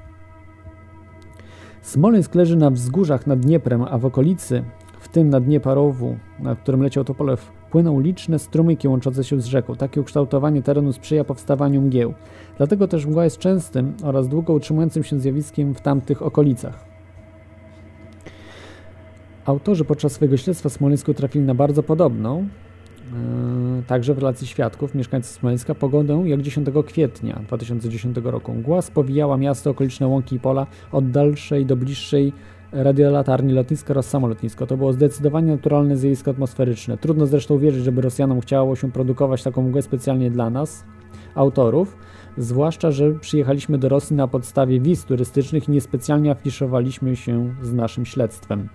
Smoleńsk leży na wzgórzach nad Dnieprem, a w okolicy, w tym na dnie Parowu, na którym leciał Topolew, płyną liczne strumyki łączące się z rzeką. Takie ukształtowanie terenu sprzyja powstawaniu mgieł. Dlatego też mgła jest częstym oraz długo utrzymującym się zjawiskiem w tamtych okolicach. Autorzy podczas swojego śledztwa w Smoleńsku trafili na bardzo podobną, także w relacji świadków, mieszkańców Smoleńska, pogodę jak 10 kwietnia 2010 roku. Mgła spowijała miasto, okoliczne łąki i pola od dalszej do bliższej radiolatarni lotniska oraz samolotnisko. To było zdecydowanie naturalne zjawisko atmosferyczne. Trudno zresztą uwierzyć, żeby Rosjanom chciało się produkować taką mgłę specjalnie dla nas, autorów, zwłaszcza, że przyjechaliśmy do Rosji na podstawie wiz turystycznych i niespecjalnie afiszowaliśmy się z naszym śledztwem.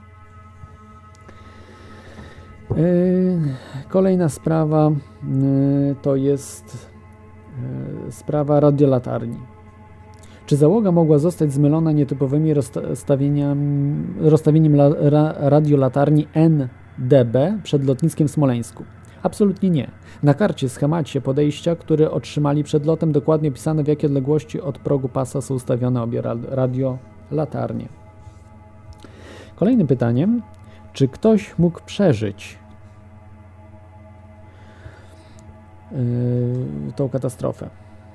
Kolejna sprawa to jest sprawa radiolatarni. Czy załoga mogła zostać zmylona nietypowymi rozstawieniem radiolatarni NDB przed lotniskiem w Smoleńsku? Absolutnie nie. Na karcie, schemacie podejścia, który otrzymali przed lotem, dokładnie opisane, w jakiej odległości od progu pasa są ustawione obie radiolatarnie. Kolejnym pytaniem: czy ktoś mógł przeżyć tą katastrofę?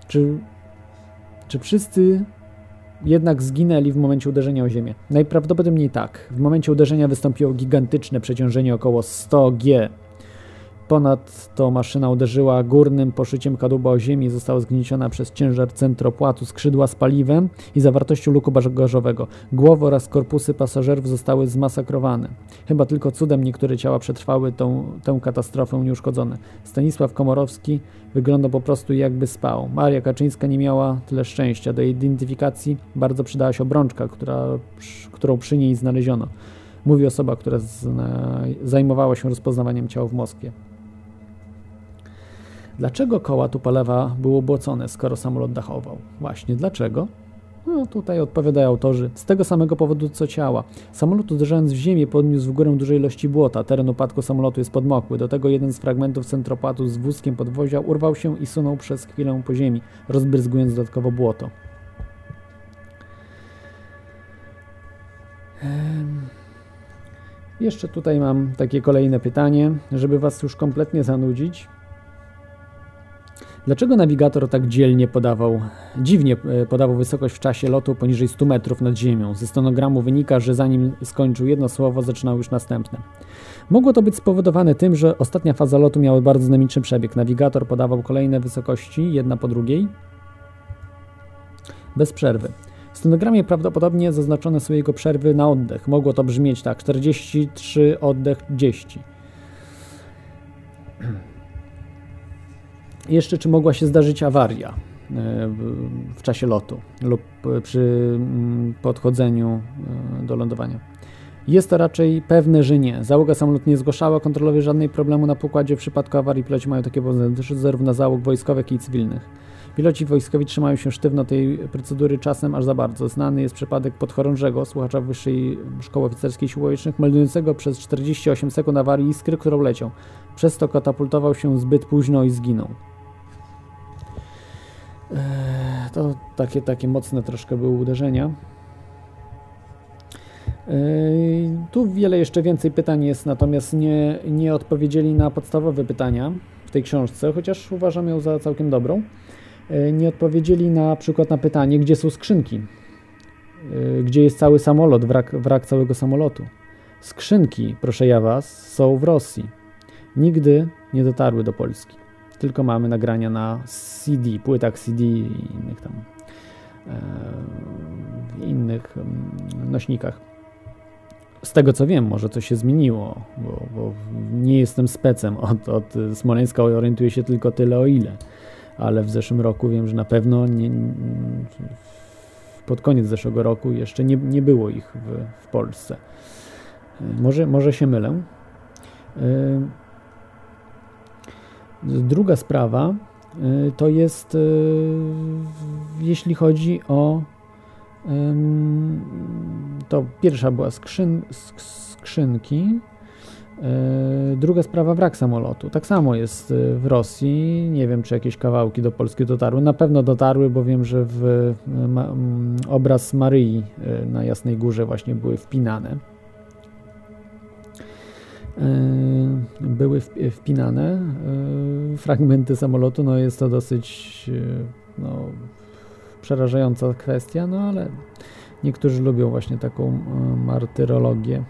Czy wszyscy jednak zginęli w momencie uderzenia o ziemię? Najprawdopodobniej tak. W momencie uderzenia wystąpiło gigantyczne przeciążenie, około 100 G. Ponadto maszyna uderzyła górnym poszyciem kadłuba o ziemię i została zgnieciona przez ciężar centropłatu, skrzydła z paliwem i zawartością luku bagażowego. Głowy oraz korpusy pasażerów zostały zmasakrowane. Chyba tylko cudem niektóre ciała przetrwały tę katastrofę nieuszkodzone. Stanisław Komorowski wygląda po prostu jakby spał. Maria Kaczyńska nie miała tyle szczęścia. Do jej identyfikacji bardzo przydała się obrączka, którą przy niej znaleziono. Mówi osoba, która zajmowała się rozpoznawaniem ciał w Moskwie. Dlaczego koła Tupolewa były ubłocone, skoro samolot dachował? Właśnie, dlaczego? No, tutaj odpowiadają autorzy. Z tego samego powodu co ciała. Samolot, uderzając w ziemię, podniósł w górę duże ilości błota. Teren upadku samolotu jest podmokły. Do tego jeden z fragmentów centropłatu z wózkiem podwozia urwał się i sunął przez chwilę po ziemi, rozbryzgując dodatkowo błoto. Jeszcze tutaj mam takie kolejne pytanie, żeby was już kompletnie zanudzić. Dlaczego nawigator tak dziwnie podawał wysokość w czasie lotu poniżej 100 metrów nad ziemią? Ze stenogramu wynika, że zanim skończył jedno słowo, zaczynał już następne. Mogło to być spowodowane tym, że ostatnia faza lotu miała bardzo dynamiczny przebieg. Nawigator podawał kolejne wysokości, jedna po drugiej, bez przerwy. W stenogramie prawdopodobnie zaznaczone są jego przerwy na oddech. Mogło to brzmieć tak: 43, oddech 10. Jeszcze czy mogła się zdarzyć awaria w czasie lotu lub przy podchodzeniu do lądowania? Jest to raczej pewne, że nie. Załoga samolotu nie zgłaszała kontrolowi żadnej problemu na pokładzie. W przypadku awarii piloci mają takie powodzenie zarówno załóg wojskowych, jak i cywilnych. Piloci wojskowi trzymają się sztywno tej procedury, czasem aż za bardzo. Znany jest przypadek podchorążego, słuchacza Wyższej Szkoły Oficerskiej Sił Powietrznych, meldującego przez 48 sekund awarii iskry, którą leciał. Przez to katapultował się zbyt późno i zginął. To takie mocne troszkę były uderzenia. Tu wiele jeszcze więcej pytań jest, natomiast nie odpowiedzieli na podstawowe pytania, w tej książce, chociaż uważam ją za całkiem dobrą. Nie odpowiedzieli na przykład na pytanie, gdzie są skrzynki, gdzie jest cały samolot, wrak całego samolotu. Skrzynki, proszę ja was, są w Rosji. Nigdy nie dotarły do Polski. Tylko mamy nagrania na CD, płytach CD i innych tam innych nośnikach. Z tego co wiem, może coś się zmieniło, bo nie jestem specem od Smoleńska, orientuję się tylko tyle o ile. Ale w zeszłym roku wiem, że na pewno pod koniec zeszłego roku jeszcze nie było ich w Polsce. Może się mylę. Druga sprawa to jest, jeśli chodzi o to pierwsza była skrzynki, druga sprawa wrak samolotu. Tak samo jest w Rosji. Nie wiem, czy jakieś kawałki do Polski dotarły. Na pewno dotarły, bo wiem, że obraz Maryi na Jasnej Górze właśnie były wpinane. Wpinane fragmenty samolotu. No jest to dosyć przerażająca kwestia, no ale niektórzy lubią właśnie taką martyrologię.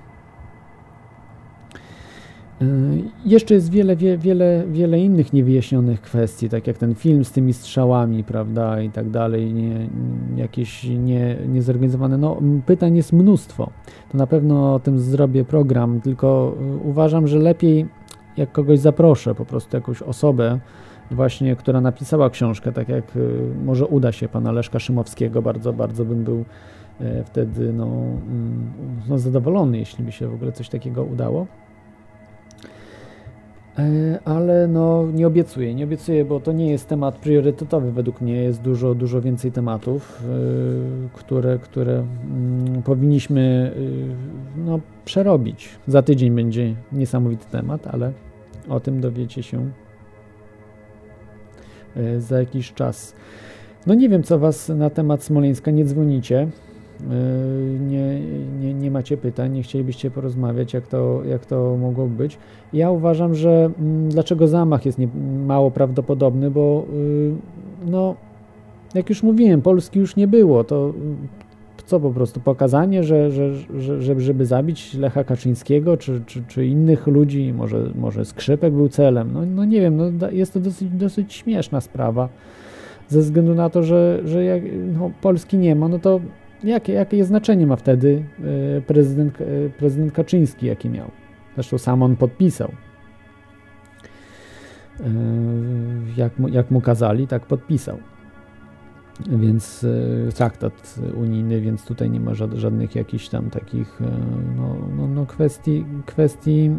Jeszcze jest wiele innych niewyjaśnionych kwestii, tak jak ten film z tymi strzałami, prawda, i tak dalej, jakieś niezorganizowane. No, pytań jest mnóstwo. To na pewno o tym zrobię program, tylko uważam, że lepiej jak kogoś zaproszę, po prostu jakąś osobę właśnie, która napisała książkę, tak jak może uda się pana Leszka Szymowskiego, bardzo bym był wtedy zadowolony, jeśli by się w ogóle coś takiego udało. Ale nie obiecuję, bo to nie jest temat priorytetowy według mnie. Jest dużo więcej tematów, które powinniśmy przerobić. Za tydzień będzie niesamowity temat, ale o tym dowiecie się za jakiś czas. No nie wiem, co was na temat Smoleńska, nie dzwonicie, nie macie pytań, nie chcielibyście porozmawiać, jak to mogło być. Ja uważam, że dlaczego zamach jest mało prawdopodobny, bo jak już mówiłem, Polski już nie było, to co po prostu pokazanie, żeby zabić Lecha Kaczyńskiego, czy innych ludzi, może Skrzypek był celem, no nie wiem, jest to dosyć śmieszna sprawa, ze względu na to, że jak Polski nie ma, no to jakie znaczenie ma wtedy prezydent Kaczyński, jaki miał? Zresztą sam on podpisał. Jak mu kazali, tak podpisał. Więc traktat unijny, więc tutaj nie ma żadnych jakichś tam takich kwestii,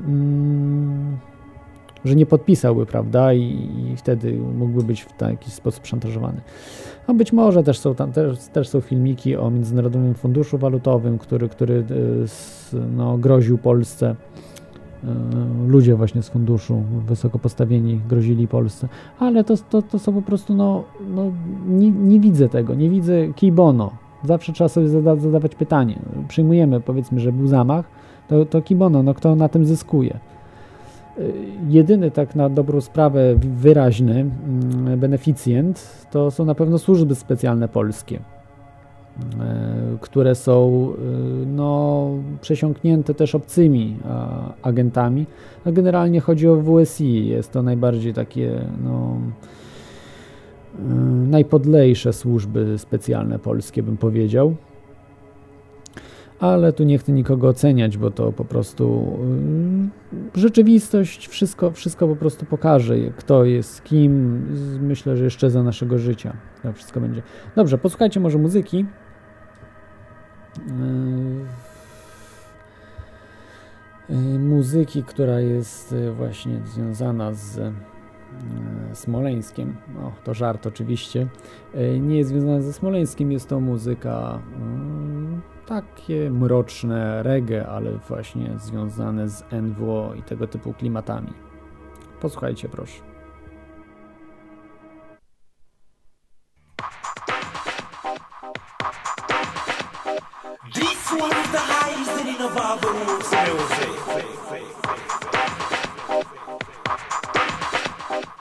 że nie podpisałby, prawda, i wtedy mógłby być w taki sposób szantażowany. No być może też są filmiki o Międzynarodowym Funduszu Walutowym, który groził Polsce. Ludzie właśnie z funduszu wysoko postawieni grozili Polsce, ale to są po prostu nie widzę tego, nie widzę kij bono. Zawsze trzeba sobie zadawać pytanie. Przyjmujemy, powiedzmy, że był zamach, to kij bono, kto na tym zyskuje? Jedyny tak na dobrą sprawę wyraźny beneficjent to są na pewno służby specjalne polskie, które są przesiąknięte też obcymi agentami. Generalnie chodzi o WSI, jest to najbardziej takie najpodlejsze służby specjalne polskie, bym powiedział. Ale tu nie chcę nikogo oceniać, bo to po prostu rzeczywistość wszystko po prostu pokaże, kto jest kim. Myślę, że jeszcze za naszego życia to wszystko będzie. Dobrze, posłuchajcie może muzyki. Muzyki, która jest właśnie związana z Smoleńskiem. To żart oczywiście. Nie jest związana ze Smoleńskim, jest to muzyka takie mroczne reggae, ale właśnie związane z NWO i tego typu klimatami. Posłuchajcie proszę. This one's the highest hitting of all the rules music.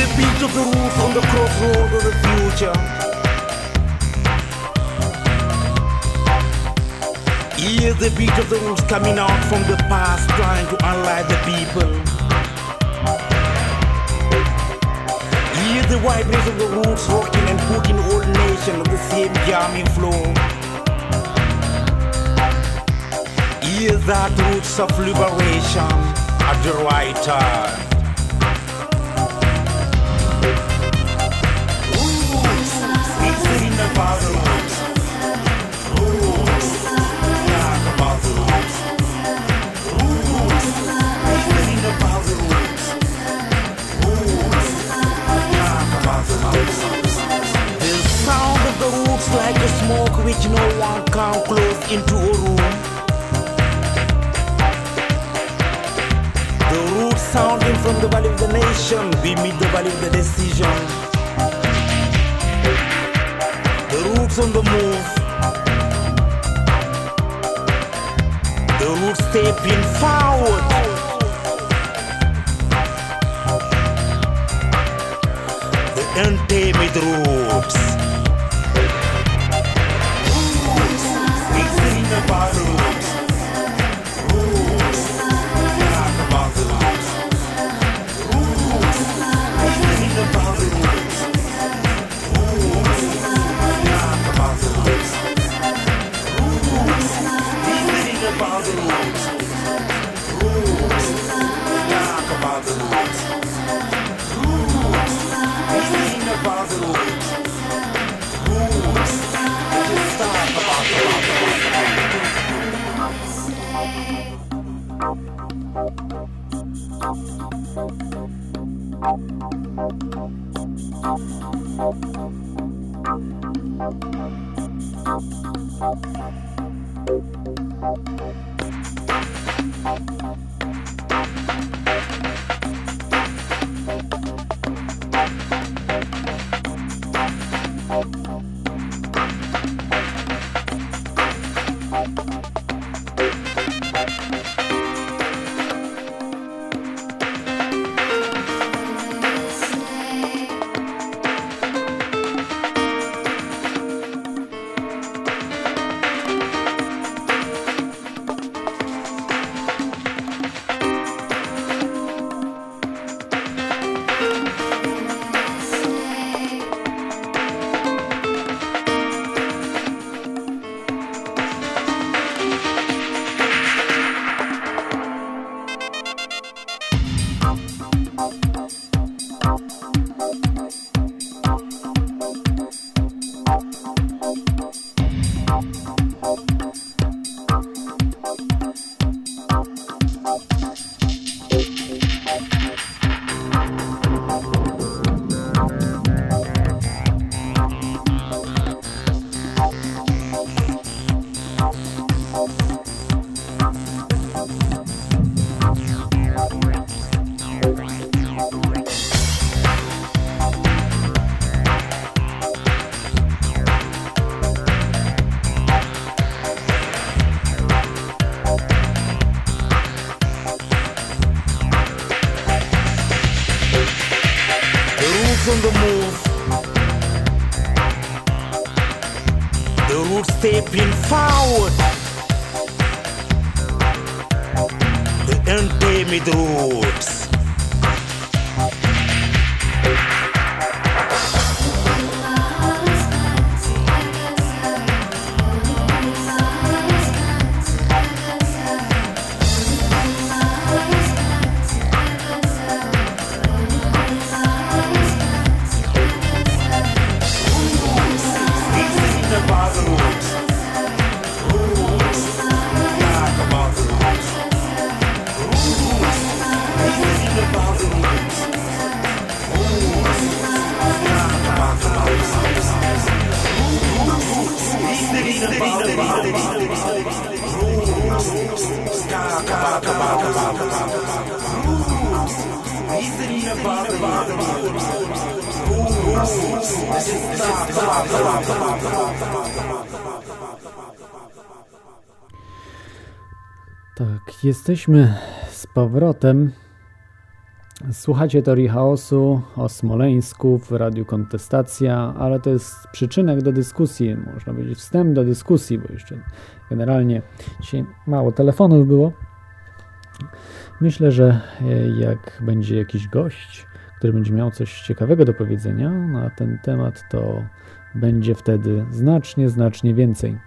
the beat of the roots on the crossroad of the future. Hear the beat of the roots coming out from the past, trying to unlight the people. Hear the vibration of the roots rocking and putting all nations on the same jamming flow. Hear that roots of liberation at the right time. Roots, it's in the roots. Roots, talk about the roots. Roots, it's in the roots. Roots, talk about the roots. The sound of the roots like a smoke which no one can close into a room. The roots sounding from the valley of the nation, we meet the valley of the decision. The roots on the move. The roots stepping forward. The untamed roots. Roots, it's in the roots. Roots, talk about the roots. Roots, it's in the roots. Roots, talk about the roots. Roots, it's in the roots. Roots, talk about the roots. Roots, it's in the roots. Roots, just talk about the on the move. The roots stepping forward. The untamed roots. Tak, jesteśmy z powrotem. Słuchacie Teorii Chaosu o Smoleńsku w Radiu Kontestacja, ale to jest przyczynek do dyskusji, można powiedzieć wstęp do dyskusji, bo jeszcze generalnie dzisiaj mało telefonów było. Myślę, że jak będzie jakiś gość, który będzie miał coś ciekawego do powiedzenia na ten temat, to będzie wtedy znacznie więcej.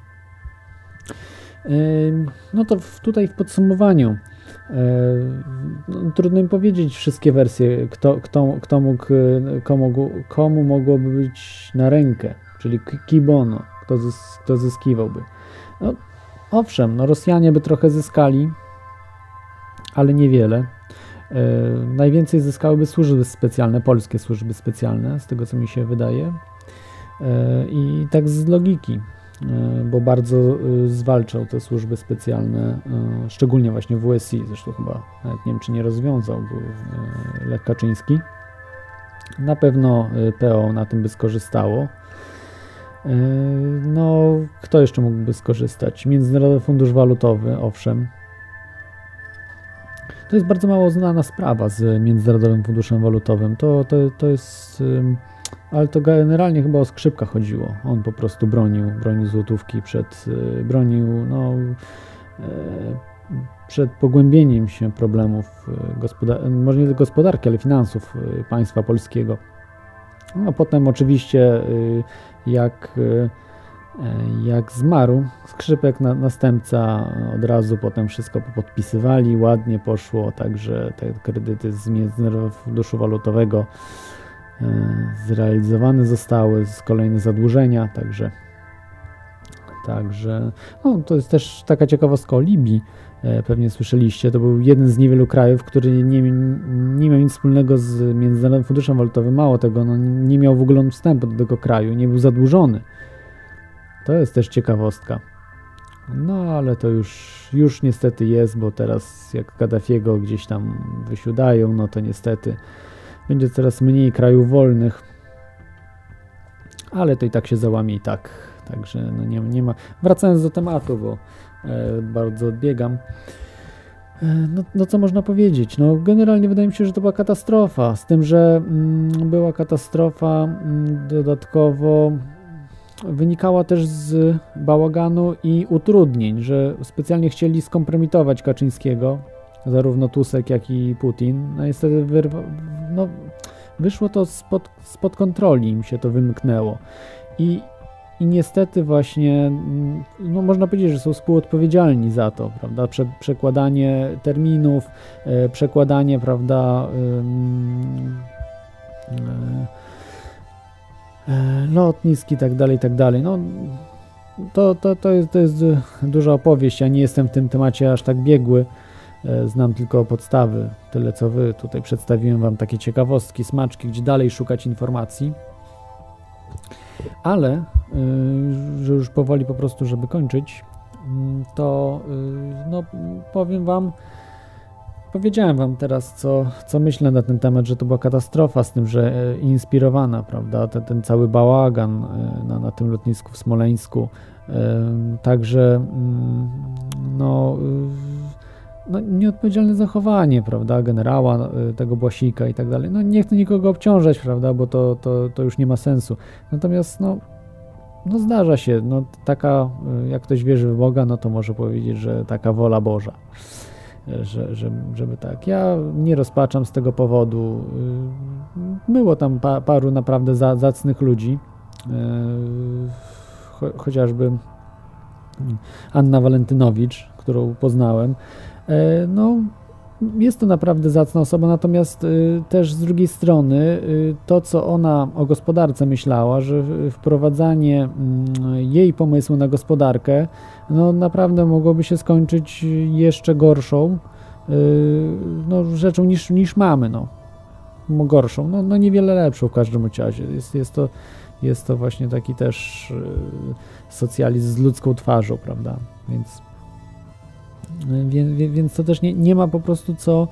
No to tutaj w podsumowaniu trudno mi powiedzieć wszystkie wersje, komu mogłoby być na rękę, czyli kibono, kto zyskiwałby. No, owszem, no Rosjanie by trochę zyskali, ale niewiele. Najwięcej zyskałyby służby specjalne, polskie służby specjalne, z tego co mi się wydaje. I tak z logiki, bo bardzo zwalczał te służby specjalne, szczególnie właśnie w WSI, zresztą chyba nawet nie wiem, czy nie rozwiązał, był Lech Kaczyński. Na pewno PO na tym by skorzystało. No, kto jeszcze mógłby skorzystać? Międzynarodowy Fundusz Walutowy, owszem. To jest bardzo mało znana sprawa z Międzynarodowym Funduszem Walutowym. To jest... Ale to generalnie chyba o Skrzypka chodziło. On po prostu bronił złotówki przed pogłębieniem się problemów może nie gospodarki, ale finansów państwa polskiego. No, potem oczywiście jak zmarł Skrzypek, następca, od razu potem wszystko podpisywali, ładnie poszło, także te kredyty z Międzynarodowego Funduszu Walutowego zrealizowane zostały, z kolejne zadłużenia, także no, to jest też taka ciekawostka o Libii, pewnie słyszeliście, to był jeden z niewielu krajów, który nie miał nic wspólnego z Międzynarodowym Funduszem Walutowym, mało tego, no, nie miał w ogóle wstępu do tego kraju, nie był zadłużony. To jest też ciekawostka. No ale to już niestety jest, bo teraz jak Kaddafiego gdzieś tam wysiudają, no to niestety będzie coraz mniej krajów wolnych, ale to i tak się załamie i tak. Także no nie ma. Wracając do tematu, bo bardzo odbiegam. No co można powiedzieć? No generalnie wydaje mi się, że to była katastrofa, z tym, że była katastrofa dodatkowo wynikała też z bałaganu i utrudnień, że specjalnie chcieli skompromitować Kaczyńskiego, zarówno Tusek, jak i Putin. No niestety wyszło to spod kontroli, im się to wymknęło. I niestety właśnie, no można powiedzieć, że są współodpowiedzialni za to, prawda? Przekładanie terminów, przekładanie, prawda, lotnisk i tak dalej. No, to jest duża opowieść. Ja nie jestem w tym temacie aż tak biegły. Znam tylko podstawy, tyle co wy. Tutaj przedstawiłem wam takie ciekawostki, smaczki, gdzie dalej szukać informacji. Ale, że już powoli po prostu, żeby kończyć, to no, powiem wam, powiedziałem wam teraz, co myślę na ten temat, że to była katastrofa, z tym, że inspirowana, prawda, ten cały bałagan na tym lotnisku w Smoleńsku. Także no nieodpowiedzialne zachowanie, prawda, generała, tego Błasika i tak dalej. No nie chcę nikogo obciążać, prawda, bo to już nie ma sensu. Natomiast no zdarza się, no taka, jak ktoś wierzy w Boga, no to może powiedzieć, że taka wola Boża. Żeby tak. Ja nie rozpaczam z tego powodu. Było tam paru naprawdę zacnych ludzi. Chociażby Anna Walentynowicz, którą poznałem. No, jest to naprawdę zacna osoba, natomiast też z drugiej strony to, co ona o gospodarce myślała, że wprowadzanie jej pomysłu na gospodarkę, no naprawdę mogłoby się skończyć jeszcze gorszą rzeczą niż mamy, no. Gorszą, no niewiele lepszą w każdym razie. Jest to właśnie taki też socjalizm z ludzką twarzą, prawda, więc to też nie ma po prostu co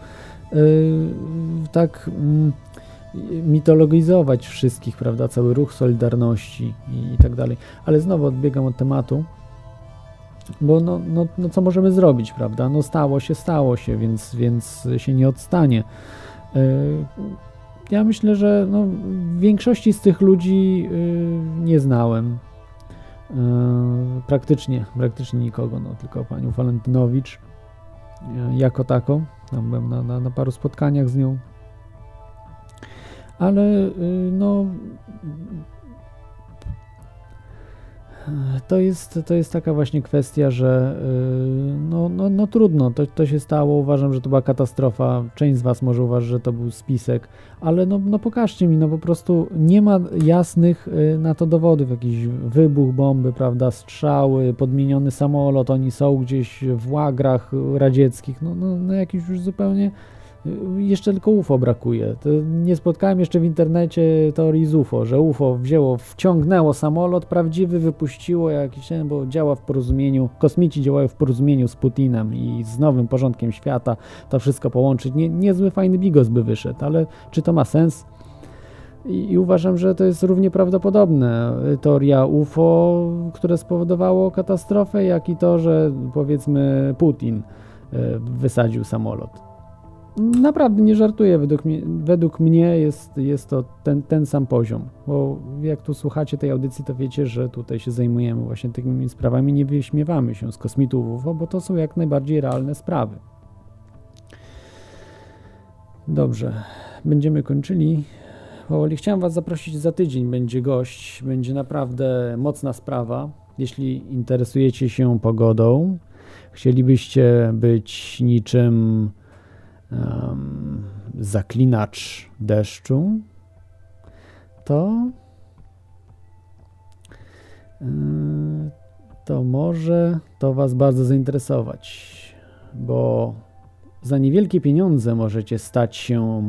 tak mitologizować wszystkich, prawda, cały ruch Solidarności i tak dalej. Ale znowu odbiegam od tematu, bo no co możemy zrobić, prawda? No stało się, więc się nie odstanie. Ja myślę, że no, większości z tych ludzi nie znałem. Praktycznie nikogo, no, tylko panią Walentynowicz jako taką. Tam byłem na paru spotkaniach z nią. Ale no to jest taka właśnie kwestia, że no trudno, to się stało, uważam, że to była katastrofa, część z was może uważa, że to był spisek, ale no pokażcie mi, no po prostu nie ma jasnych na to dowodów, jakiś wybuch bomby, prawda, strzały, podmieniony samolot, oni są gdzieś w łagrach radzieckich, no jakiś już zupełnie. Jeszcze tylko UFO brakuje. To nie spotkałem jeszcze w internecie teorii z UFO, że UFO wciągnęło samolot prawdziwy, wypuściło jakiś, bo działa w porozumieniu, kosmici działają w porozumieniu z Putinem i z nowym porządkiem świata, to wszystko połączyć. Niezły, fajny bigos by wyszedł, ale czy to ma sens? I uważam, że to jest równie prawdopodobne. Teoria UFO, które spowodowało katastrofę, jak i to, że powiedzmy Putin wysadził samolot. Naprawdę nie żartuję, według mnie jest to ten sam poziom, bo jak tu słuchacie tej audycji, to wiecie, że tutaj się zajmujemy właśnie takimi sprawami, nie wyśmiewamy się z kosmitów UFO, bo to są jak najbardziej realne sprawy. Dobrze, będziemy kończyli. Powoli chciałem was zaprosić za tydzień, będzie gość, będzie naprawdę mocna sprawa. Jeśli interesujecie się pogodą, chcielibyście być niczym zaklinacz deszczu, to może to was bardzo zainteresować, bo za niewielkie pieniądze możecie stać się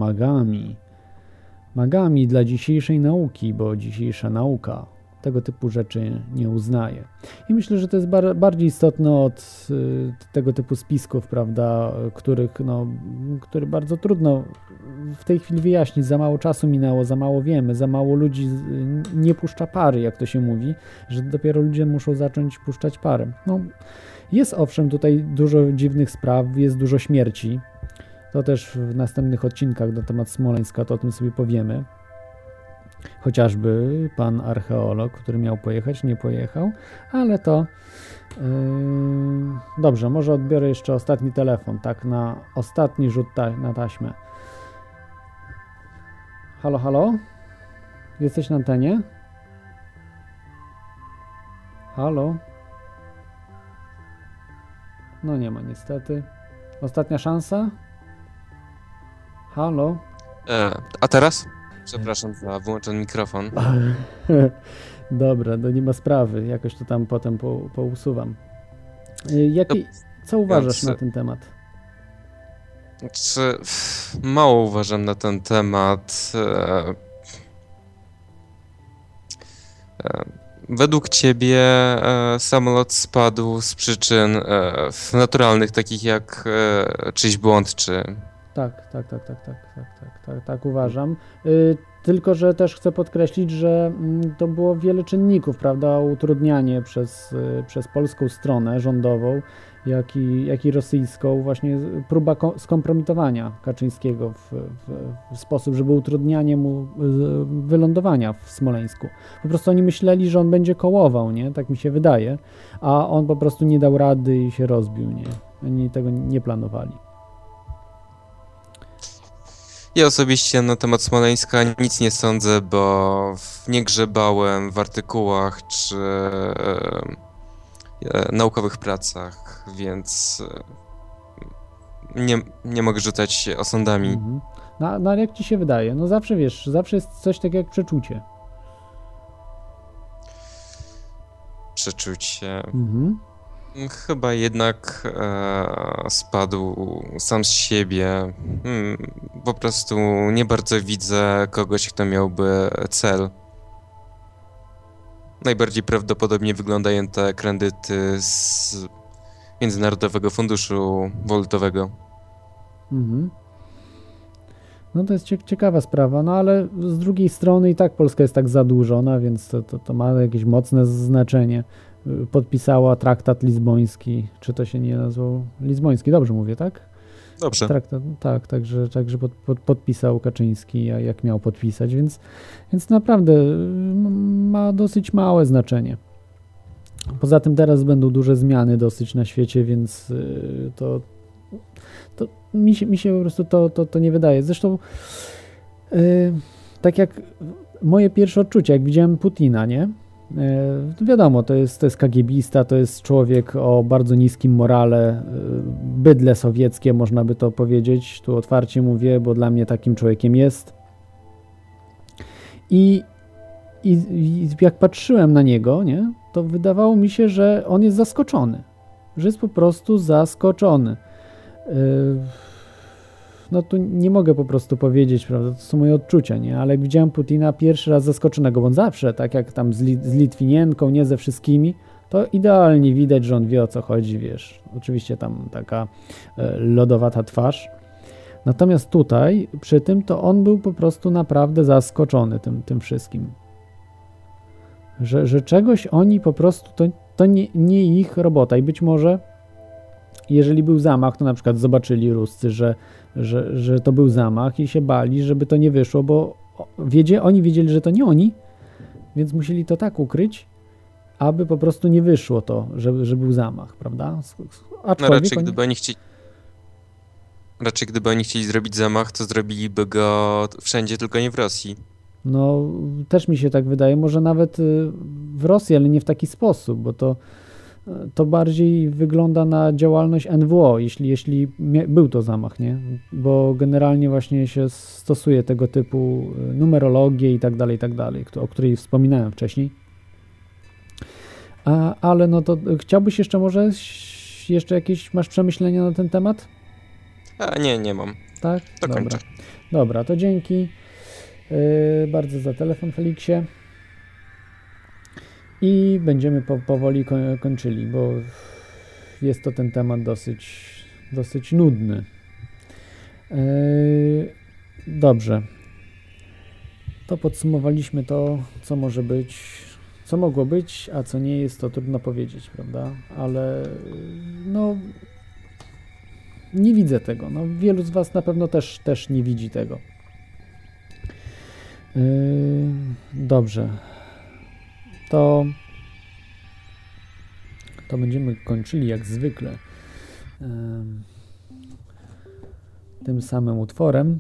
magami dla dzisiejszej nauki, bo dzisiejsza nauka tego typu rzeczy nie uznaje. I myślę, że to jest bardziej istotne od tego typu spisków, prawda, które bardzo trudno w tej chwili wyjaśnić. Za mało czasu minęło, za mało wiemy, za mało ludzi nie puszcza pary, jak to się mówi, że dopiero ludzie muszą zacząć puszczać parę. No, jest owszem tutaj dużo dziwnych spraw, jest dużo śmierci. To też w następnych odcinkach na temat Smoleńska, to o tym sobie powiemy. Chociażby pan archeolog, który miał pojechać, nie pojechał, ale to dobrze, może odbiorę jeszcze ostatni telefon, tak na ostatni rzut na taśmę. Halo, halo? Jesteś na antenie? Halo? No nie ma niestety. Ostatnia szansa? Halo? A teraz? Przepraszam za wyłączony mikrofon. Dobra, no nie ma sprawy. Jakoś to tam potem pousuwam. Co uważasz na ten temat? Mało uważam na ten temat. Według ciebie samolot spadł z przyczyn naturalnych, takich jak czyjś błąd, czy... Tak uważam. Tylko że też chcę podkreślić, że to było wiele czynników, prawda? Utrudnianie przez polską stronę rządową, jak i rosyjską, właśnie próba skompromitowania Kaczyńskiego w sposób, żeby utrudnianie mu wylądowania w Smoleńsku. Po prostu oni myśleli, że on będzie kołował, nie? Tak mi się wydaje, a on po prostu nie dał rady i się rozbił, nie? Oni tego nie planowali. Ja osobiście na temat Smoleńska nic nie sądzę, bo nie grzebałem w artykułach czy naukowych pracach, więc nie mogę rzucać osądami. Mhm. No ale jak ci się wydaje? No zawsze wiesz, zawsze jest coś takiego jak przeczucie. Przeczucie. Mhm. Chyba jednak spadł sam z siebie. Po prostu nie bardzo widzę kogoś, kto miałby cel. Najbardziej prawdopodobnie wyglądają te kredyty z Międzynarodowego Funduszu Walutowego. Mhm. No to jest ciekawa sprawa, no ale z drugiej strony i tak Polska jest tak zadłużona, więc to ma jakieś mocne znaczenie. Podpisała traktat lizboński, czy to się nie nazwał lizboński, dobrze mówię, tak? Dobrze. Także podpisał Kaczyński, jak miał podpisać, więc naprawdę ma dosyć małe znaczenie. Poza tym teraz będą duże zmiany dosyć na świecie, więc to mi się po prostu to nie wydaje. Zresztą tak jak moje pierwsze odczucia, jak widziałem Putina, nie? Wiadomo, to jest kagiebista, to jest człowiek o bardzo niskim morale, bydlę sowieckie, można by to powiedzieć. Tu otwarcie mówię, bo dla mnie takim człowiekiem jest. I jak patrzyłem na niego, nie, to wydawało mi się, że on jest zaskoczony. Że jest po prostu zaskoczony. No tu nie mogę po prostu powiedzieć, prawda, to są moje odczucia, nie, ale jak widziałem Putina pierwszy raz zaskoczonego, bo on zawsze, tak jak tam z Litwinienką, nie ze wszystkimi, to idealnie widać, że on wie, o co chodzi, wiesz. Oczywiście tam taka lodowata twarz. Natomiast tutaj, przy tym, to on był po prostu naprawdę zaskoczony tym wszystkim. Że czegoś oni po prostu, to nie ich robota i być może jeżeli był zamach, to na przykład zobaczyli Ruscy, że to był zamach i się bali, żeby to nie wyszło, bo oni wiedzieli, że to nie oni, więc musieli to tak ukryć, aby po prostu nie wyszło to, że był zamach, prawda? Raczej gdyby oni chcieli zrobić zamach, to zrobiliby go wszędzie, tylko nie w Rosji. No, też mi się tak wydaje, może nawet w Rosji, ale nie w taki sposób, bo to bardziej wygląda na działalność NWO, jeśli był to zamach, nie? Bo generalnie właśnie się stosuje tego typu numerologię i tak dalej, o której wspominałem wcześniej. Ale no to chciałbyś jeszcze może jakieś masz przemyślenia na ten temat? Nie mam. Tak? To kończę. Dobra, to dzięki bardzo za telefon, Feliksie. I będziemy powoli kończyli, bo jest to ten temat dosyć nudny. Dobrze. To podsumowaliśmy to, co może być, co mogło być, a co nie jest, to trudno powiedzieć, prawda? Ale no nie widzę tego. No, wielu z was na pewno też nie widzi tego. Dobrze. To będziemy kończyli jak zwykle tym samym utworem.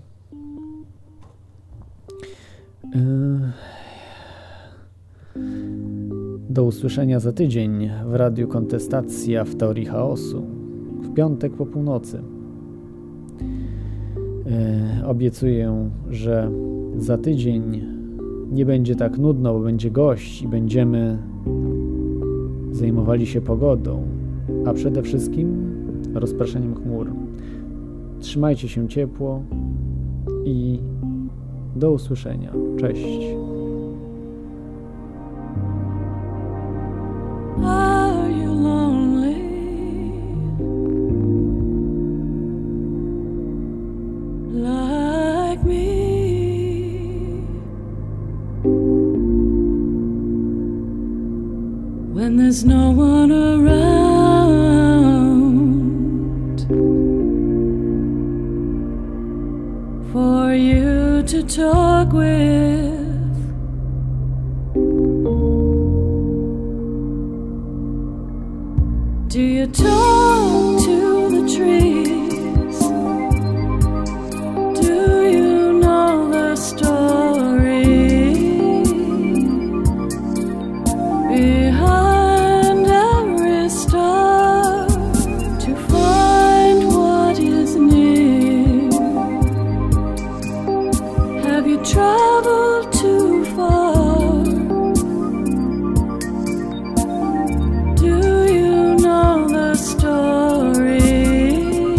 Do usłyszenia za tydzień w Radiu Kontestacja w Teorii Chaosu w piątek po północy. Obiecuję, że za tydzień nie będzie tak nudno, bo będzie gość i będziemy zajmowali się pogodą, a przede wszystkim rozpraszaniem chmur. Trzymajcie się ciepło i do usłyszenia. Cześć. Are you lonely? Like me? When there's no one around for you to talk with, do you talk to the trees? Do you know the story behind every star to find what is near? Have you traveled too far? Do you know the story?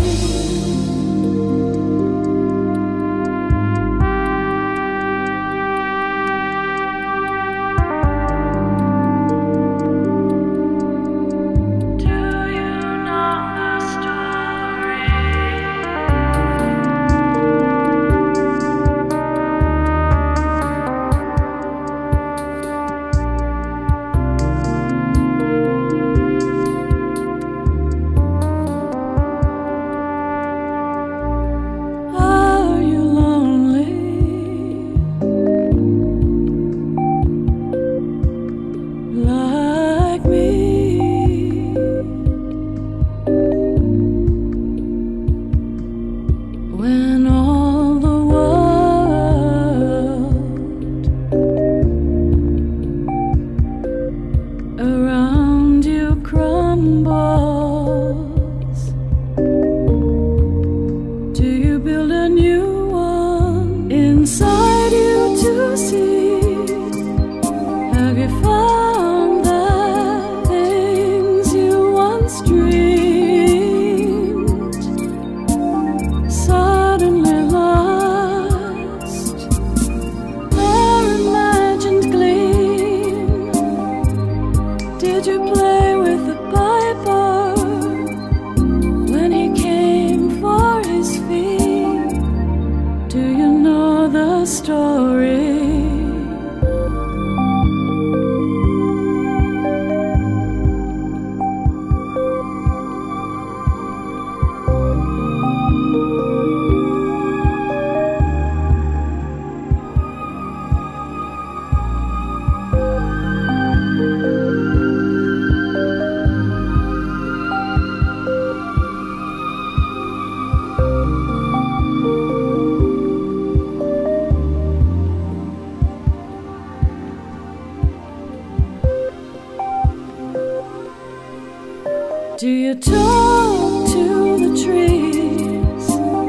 Do you talk to the trees?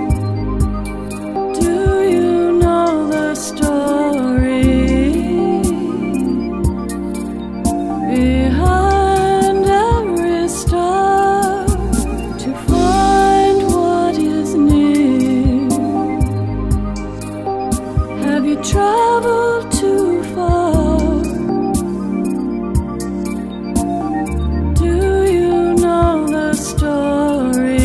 Do you know the story behind every star to find what is near? Have you traveled too far? Do you know the story?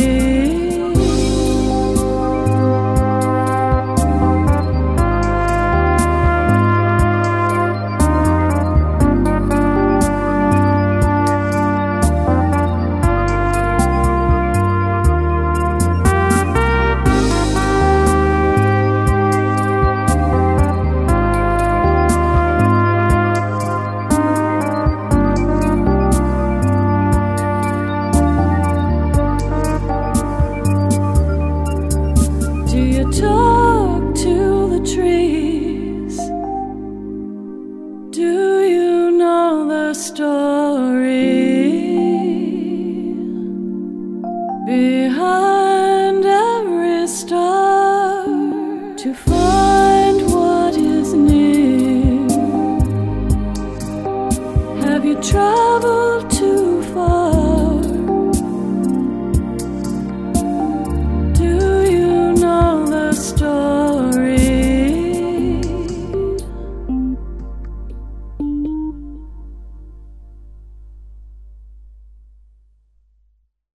Do you talk to the trees? Do you know the story?